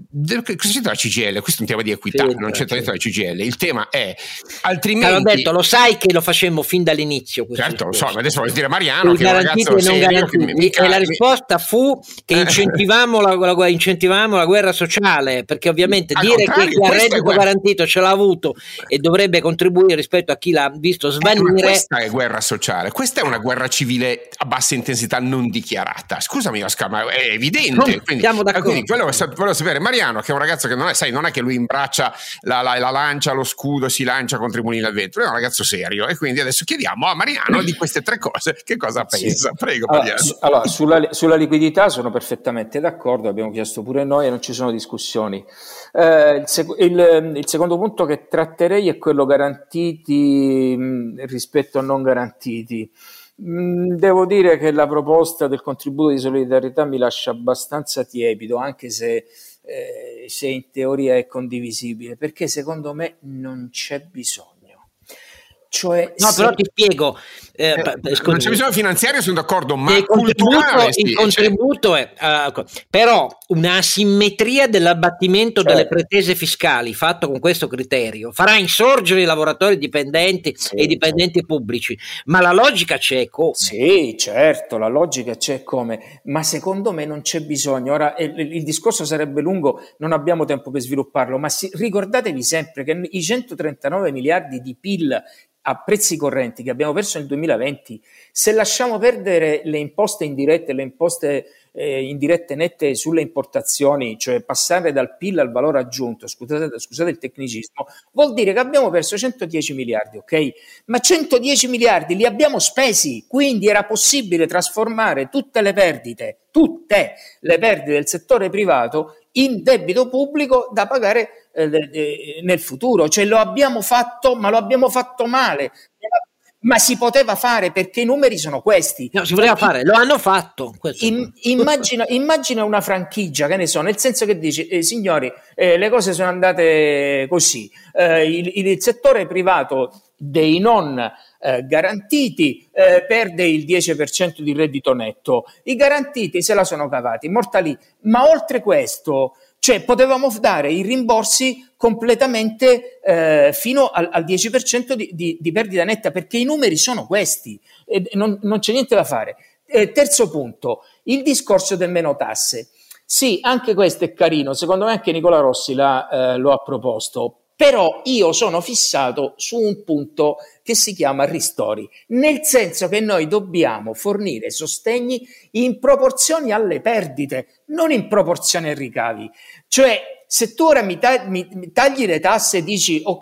c'è la CGIL? Questo è un tema di equità, non c'è la CGIL. Il tema è altrimenti. L'ho detto, lo sai che lo facemmo fin dall'inizio. Certo, lo so, ma adesso voglio dire Mariano che è un ragazzo e non garantiti. E la risposta fu che incentivavamo la guerra sociale, perché ovviamente dire che chi ha reddito garantito ce l'ha avuto e dovrebbe contribuire rispetto a chi l'ha visto svanire. Questa è guerra sociale, questa è una guerra civile a bassa intensità non dichiarata. Scusami Oscar, ma è evidente. Quindi volevo sapere Mariano, che è un ragazzo che non è che lui imbraccia la lancia, lo scudo, si lancia contro i mulini al vento, è un ragazzo serio, e quindi adesso chiediamo a Mariano di queste tre cose che cosa pensa. Prego. Allora, sulla liquidità sono perfettamente d'accordo, abbiamo chiesto pure noi e non ci sono discussioni. Il secondo punto che tratterei è quello garantiti rispetto a non garantiti. Devo dire che la proposta del contributo di solidarietà mi lascia abbastanza tiepido, anche se in teoria è condivisibile, perché secondo me non c'è bisogno. Cioè, però ti spiego, non c'è bisogno finanziario, sono d'accordo, ma il contributo è però una asimmetria dell'abbattimento delle pretese fiscali fatto con questo criterio farà insorgere i lavoratori dipendenti e i dipendenti pubblici, ma la logica c'è come? Sì, certo, la logica c'è come, ma secondo me non c'è bisogno. Ora il discorso sarebbe lungo, non abbiamo tempo per svilupparlo, ma ricordatevi sempre che i 139 miliardi di PIL a prezzi correnti che abbiamo perso nel 2020, se lasciamo perdere le imposte indirette, le imposte indirette nette sulle importazioni, cioè passare dal PIL al valore aggiunto, scusate il tecnicismo, vuol dire che abbiamo perso 110 miliardi, ok? Ma 110 miliardi li abbiamo spesi, quindi era possibile trasformare tutte le perdite del settore privato in debito pubblico da pagare nel futuro, cioè lo abbiamo fatto, ma lo abbiamo fatto male, ma si poteva fare perché i numeri sono questi. No, si poteva fare, lo hanno fatto. Immagina una franchigia, che ne so, nel senso che dici, signori, le cose sono andate così, il settore privato dei non garantiti perde il 10% di reddito netto, i garantiti se la sono cavati, morta lì, ma oltre questo, cioè potevamo dare i rimborsi completamente fino al 10% di perdita netta, perché i numeri sono questi, non c'è niente da fare. Terzo punto, il discorso del meno tasse. Sì, anche questo è carino, secondo me anche Nicola Rossi lo ha proposto, però io sono fissato su un punto che si chiama ristori, nel senso che noi dobbiamo fornire sostegni in proporzione alle perdite, non in proporzione ai ricavi. Cioè, se tu ora mi tagli le tasse e dici, ok,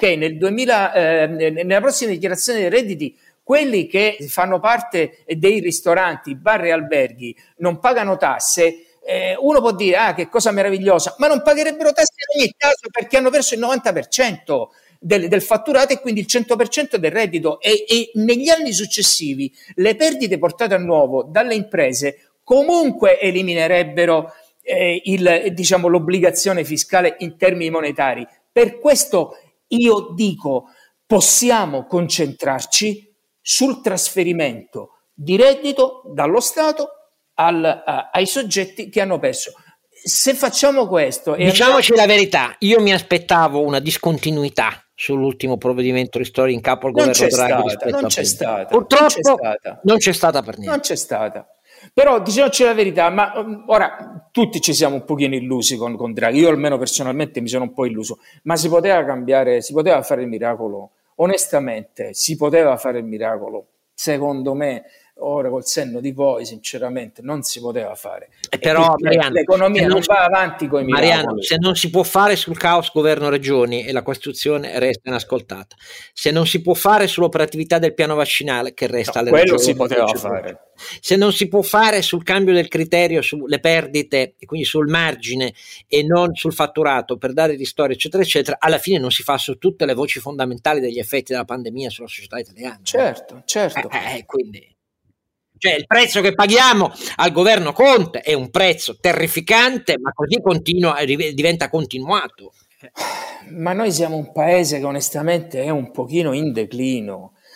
nella prossima dichiarazione dei redditi, quelli che fanno parte dei ristoranti, bar e alberghi non pagano tasse, uno può dire, che cosa meravigliosa, ma non pagherebbero tasse in ogni caso perché hanno perso il 90% del fatturato e quindi il 100% del reddito e negli anni successivi le perdite portate a nuovo dalle imprese comunque eliminerebbero l'obbligazione fiscale in termini monetari. Per questo io dico, possiamo concentrarci sul trasferimento di reddito dallo Stato ai soggetti che hanno perso. Se facciamo questo, diciamoci la verità, io mi aspettavo una discontinuità sull'ultimo provvedimento ristori in capo al governo Draghi. Non c'è stata. Purtroppo non c'è stata per niente. Non c'è stata. Però diciamoci la verità, ma ora tutti ci siamo un pochino illusi con Draghi, io almeno personalmente mi sono un po' illuso, ma si poteva cambiare, si poteva fare il miracolo, onestamente si poteva fare il miracolo, secondo me. Ora col senno di poi sinceramente non si poteva fare, però Mariano, l'economia non va avanti con i miracoli. Mariano, se non si può fare sul caos governo regioni e la Costituzione resta inascoltata, se non si può fare sull'operatività del piano vaccinale che resta alle quello regioni, si poteva fare, se non si può fare sul cambio del criterio sulle perdite e quindi sul margine e non sul fatturato per dare ristori eccetera eccetera, alla fine non si fa su tutte le voci fondamentali degli effetti della pandemia sulla società italiana. Certo. Quindi cioè il prezzo che paghiamo al governo Conte è un prezzo terrificante, ma così diventa continuato. Ma noi siamo un paese che onestamente è un pochino in declino.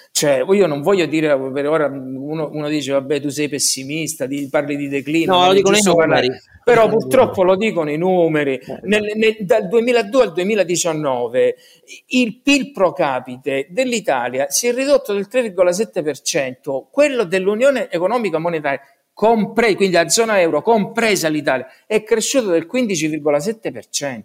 Cioè, io non voglio dire, per ora uno dice vabbè tu sei pessimista, parli di declino, no, lo dicono i numeri. Però purtroppo lo dicono i numeri. Dal 2002 al 2019 il PIL pro capite dell'Italia si è ridotto del 3,7%, quello dell'Unione Economica Monetaria, quindi la zona euro, compresa l'Italia, è cresciuto del 15,7%.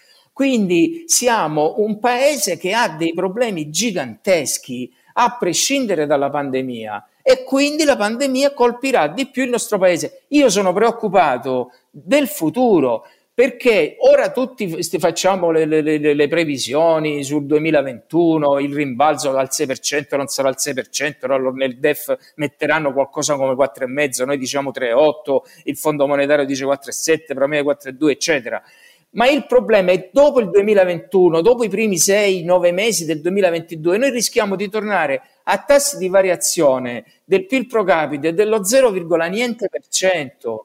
Quindi siamo un paese che ha dei problemi giganteschi, a prescindere dalla pandemia, e quindi la pandemia colpirà di più il nostro paese. Io sono preoccupato del futuro, perché ora tutti facciamo le previsioni sul 2021, il rimbalzo al 6% non sarà il 6%, nel DEF metteranno qualcosa come 4,5%, noi diciamo 3,8%, il Fondo Monetario dice 4,7%, per me 4,2%, eccetera. Ma il problema è dopo il 2021, dopo i primi 6-9 mesi del 2022, noi rischiamo di tornare a tassi di variazione del PIL pro capite dello 0, niente per cento.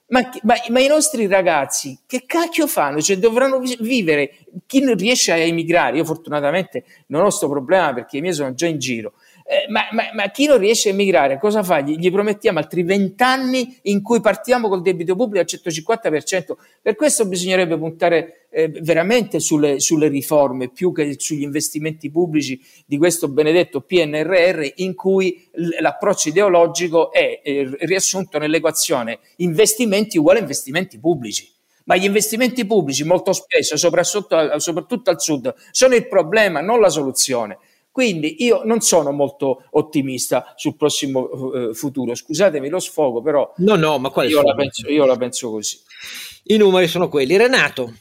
Ma i nostri ragazzi che cacchio fanno? Cioè dovranno vivere, chi non riesce a emigrare, io fortunatamente non ho questo problema perché i miei sono già in giro, ma chi non riesce a emigrare cosa fa? Gli promettiamo altri 20 anni in cui partiamo col debito pubblico al 150%. Per questo bisognerebbe puntare veramente sulle riforme più che sugli investimenti pubblici di questo benedetto PNRR, in cui l'approccio ideologico è riassunto nell'equazione investimenti uguale investimenti pubblici. Ma gli investimenti pubblici molto spesso, soprattutto al sud, sono il problema, non la soluzione. Quindi io non sono molto ottimista sul prossimo futuro. Scusatemi lo sfogo, però no, ma io la penso così. I numeri sono quelli. Renato?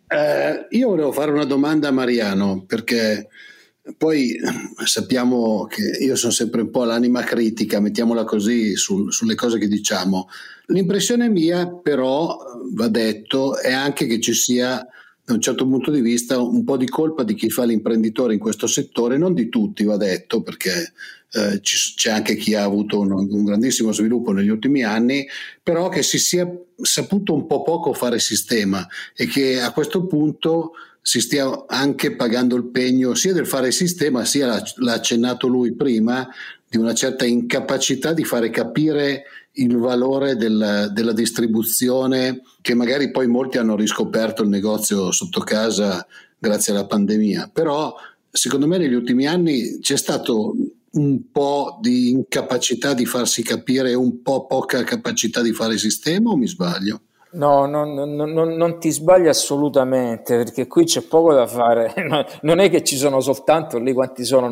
Io volevo fare una domanda a Mariano, perché poi sappiamo che io sono sempre un po' l'anima critica, mettiamola così, sulle cose che diciamo. L'impressione mia, però, va detto, è anche che ci sia, da un certo punto di vista, un po' di colpa di chi fa l'imprenditore in questo settore, non di tutti, va detto, perché c'è anche chi ha avuto un grandissimo sviluppo negli ultimi anni, però che si sia saputo un po' poco fare sistema e che a questo punto si stia anche pagando il pegno sia del fare sistema, sia, l'ha accennato lui prima, di una certa incapacità di fare capire il valore della distribuzione, che magari poi molti hanno riscoperto il negozio sotto casa grazie alla pandemia. Però secondo me negli ultimi anni c'è stato un po' di incapacità di farsi capire e un po' poca capacità di fare sistema, o mi sbaglio? No, non ti sbagli assolutamente, perché qui c'è poco da fare. Non è che ci sono soltanto lì, quanti sono,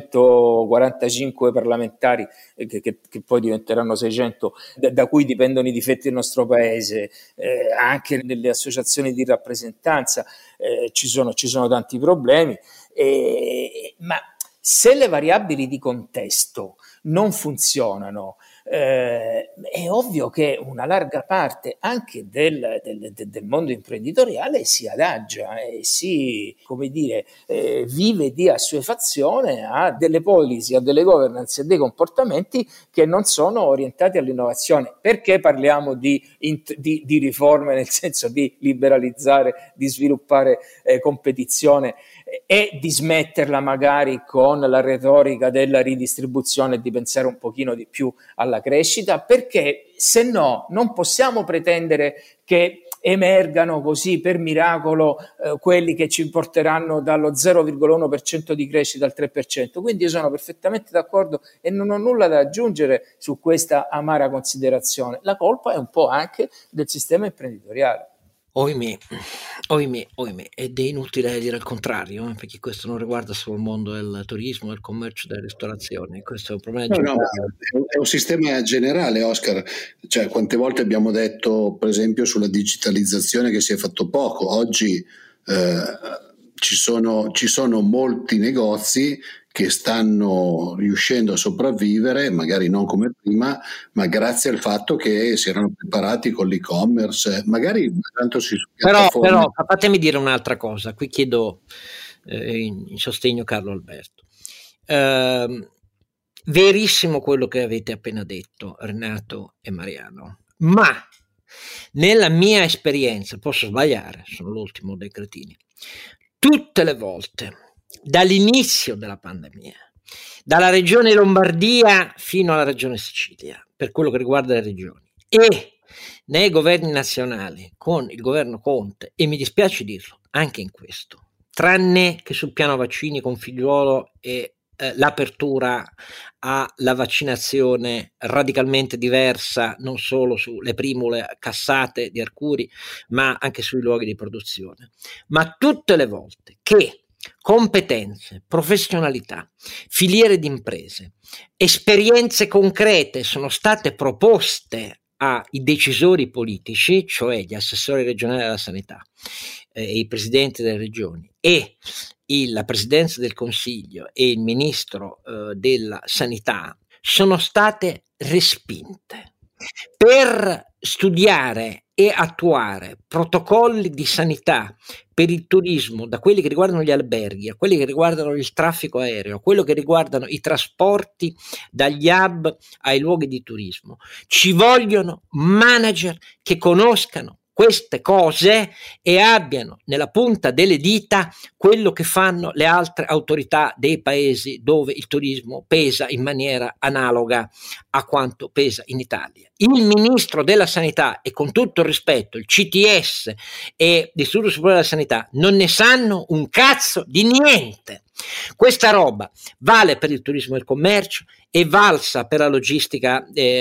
945 parlamentari che poi diventeranno 600, da cui dipendono i difetti del nostro paese, anche nelle associazioni di rappresentanza ci sono tanti problemi, ma se le variabili di contesto non funzionano, è ovvio che una larga parte anche del mondo imprenditoriale si adagia e vive di assuefazione a delle policy, a delle governance e dei comportamenti che non sono orientati all'innovazione. Perché parliamo di riforme, nel senso di liberalizzare, di sviluppare competizione e di smetterla magari con la retorica della ridistribuzione e di pensare un pochino di più alla crescita? Perché se no non possiamo pretendere che emergano così per miracolo quelli che ci porteranno dallo 0,1% di crescita al 3%. Quindi io sono perfettamente d'accordo e non ho nulla da aggiungere su questa amara considerazione. La colpa è un po' anche del sistema imprenditoriale. Ohimè, ed è inutile dire il contrario, perché questo non riguarda solo il mondo del turismo, del commercio, della ristorazione, questo è un problema generale. No, è un sistema generale, Oscar. Cioè, quante volte abbiamo detto, per esempio, sulla digitalizzazione che si è fatto poco. Oggi ci sono molti negozi che stanno riuscendo a sopravvivere, magari non come prima, ma grazie al fatto che si erano preparati con l'e-commerce, magari tanto su piattaforme. Però fatemi dire un'altra cosa, qui chiedo in sostegno Carlo Alberto. Verissimo quello che avete appena detto, Renato e Mariano, ma nella mia esperienza, posso sbagliare, sono l'ultimo dei cretini, tutte le volte dall'inizio della pandemia, dalla regione Lombardia fino alla regione Sicilia, per quello che riguarda le regioni. E nei governi nazionali, con il governo Conte, e mi dispiace dirlo, anche in questo, tranne che sul piano vaccini con Figliuolo e l'apertura alla vaccinazione radicalmente diversa, non solo sulle primule cassate di Arcuri, ma anche sui luoghi di produzione. Ma tutte le volte che competenze, professionalità, filiere di imprese, esperienze concrete sono state proposte ai decisori politici, cioè gli assessori regionali della sanità, i presidenti delle regioni e la presidenza del Consiglio e il ministro della sanità, sono state respinte. Per studiare e attuare protocolli di sanità per il turismo, da quelli che riguardano gli alberghi a quelli che riguardano il traffico aereo, a quello che riguardano i trasporti dagli hub ai luoghi di turismo, ci vogliono manager che conoscano queste cose e abbiano nella punta delle dita quello che fanno le altre autorità dei paesi dove il turismo pesa in maniera analoga a quanto pesa in Italia. Il ministro della sanità, e con tutto il rispetto, il CTS e l'Istituto Superiore della Sanità non ne sanno un cazzo di niente. Questa roba vale per il turismo e il commercio, è valsa per la logistica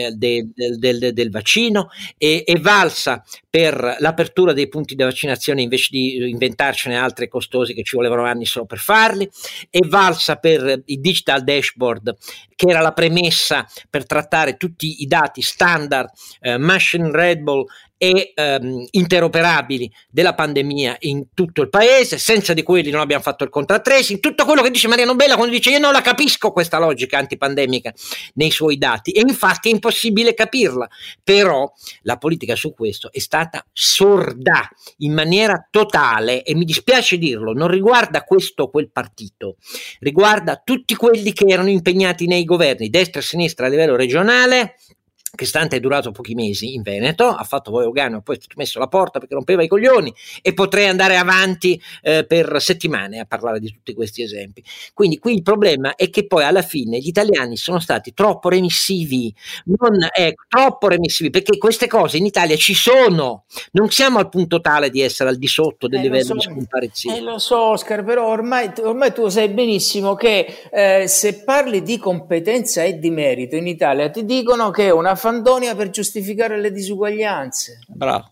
del vaccino, è valsa per l'apertura dei punti di vaccinazione invece di inventarcene altri costosi che ci volevano anni solo per farli, è valsa per il digital dashboard che era la premessa per trattare tutti i dati standard, machine readable e interoperabili della pandemia in tutto il paese. Senza di quelli non abbiamo fatto il contact tracing. Tutto quello che dice Mariano Bella quando dice io non la capisco questa logica antipandemica nei suoi dati, e infatti è impossibile capirla, però la politica su questo è stata sorda in maniera totale, e mi dispiace dirlo, non riguarda questo o quel partito, riguarda tutti quelli che erano impegnati nei governi destra e sinistra a livello regionale, che stante è durato pochi mesi in Veneto, ha fatto poi Ogano e poi è stato messo alla porta perché rompeva i coglioni, e potrei andare avanti per settimane a parlare di tutti questi esempi. Quindi qui il problema è che poi alla fine gli italiani sono stati troppo remissivi, troppo remissivi, perché queste cose in Italia ci sono, non siamo al punto tale di essere al di sotto del livello di scomparizione. Lo so, Oscar, però ormai tu sai benissimo che se parli di competenza e di merito in Italia ti dicono che è una fandonia per giustificare le disuguaglianze. Bravo.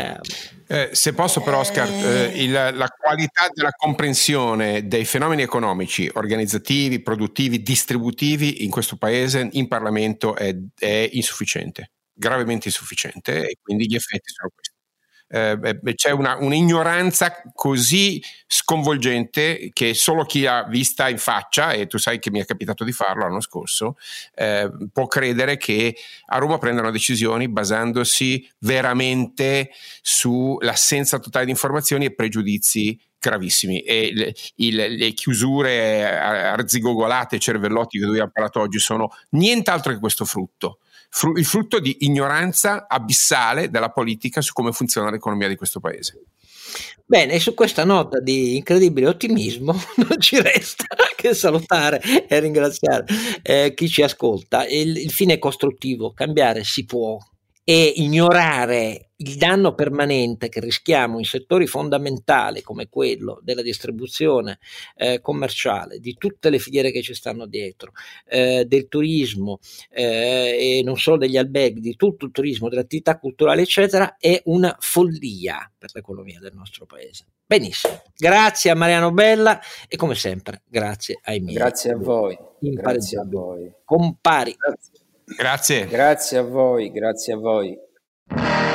Se posso però, Oscar, la qualità della comprensione dei fenomeni economici, organizzativi, produttivi, distributivi in questo paese, in Parlamento, è insufficiente, gravemente insufficiente, e quindi gli effetti sono questi. C'è un'ignoranza così sconvolgente che solo chi ha vista in faccia, e tu sai che mi è capitato di farlo l'anno scorso, può credere che a Roma prendano decisioni basandosi veramente sull'assenza totale di informazioni e pregiudizi gravissimi, e le chiusure arzigogolate, cervellotti di cui abbiamo parlato oggi sono nient'altro che questo frutto. Il frutto di ignoranza abissale della politica su come funziona l'economia di questo paese. Bene, e su questa nota di incredibile ottimismo non ci resta che salutare e ringraziare chi ci ascolta. Il fine è costruttivo, cambiare si può, e ignorare il danno permanente che rischiamo in settori fondamentali come quello della distribuzione commerciale, di tutte le filiere che ci stanno dietro, del turismo e non solo degli alberghi, di tutto il turismo, delle attività culturali eccetera, è una follia per l'economia del nostro paese. Benissimo, grazie a Mariano Bella e come sempre grazie ai miei. Grazie a voi. Grazie a voi. Compari. Grazie. Grazie a voi, grazie a voi.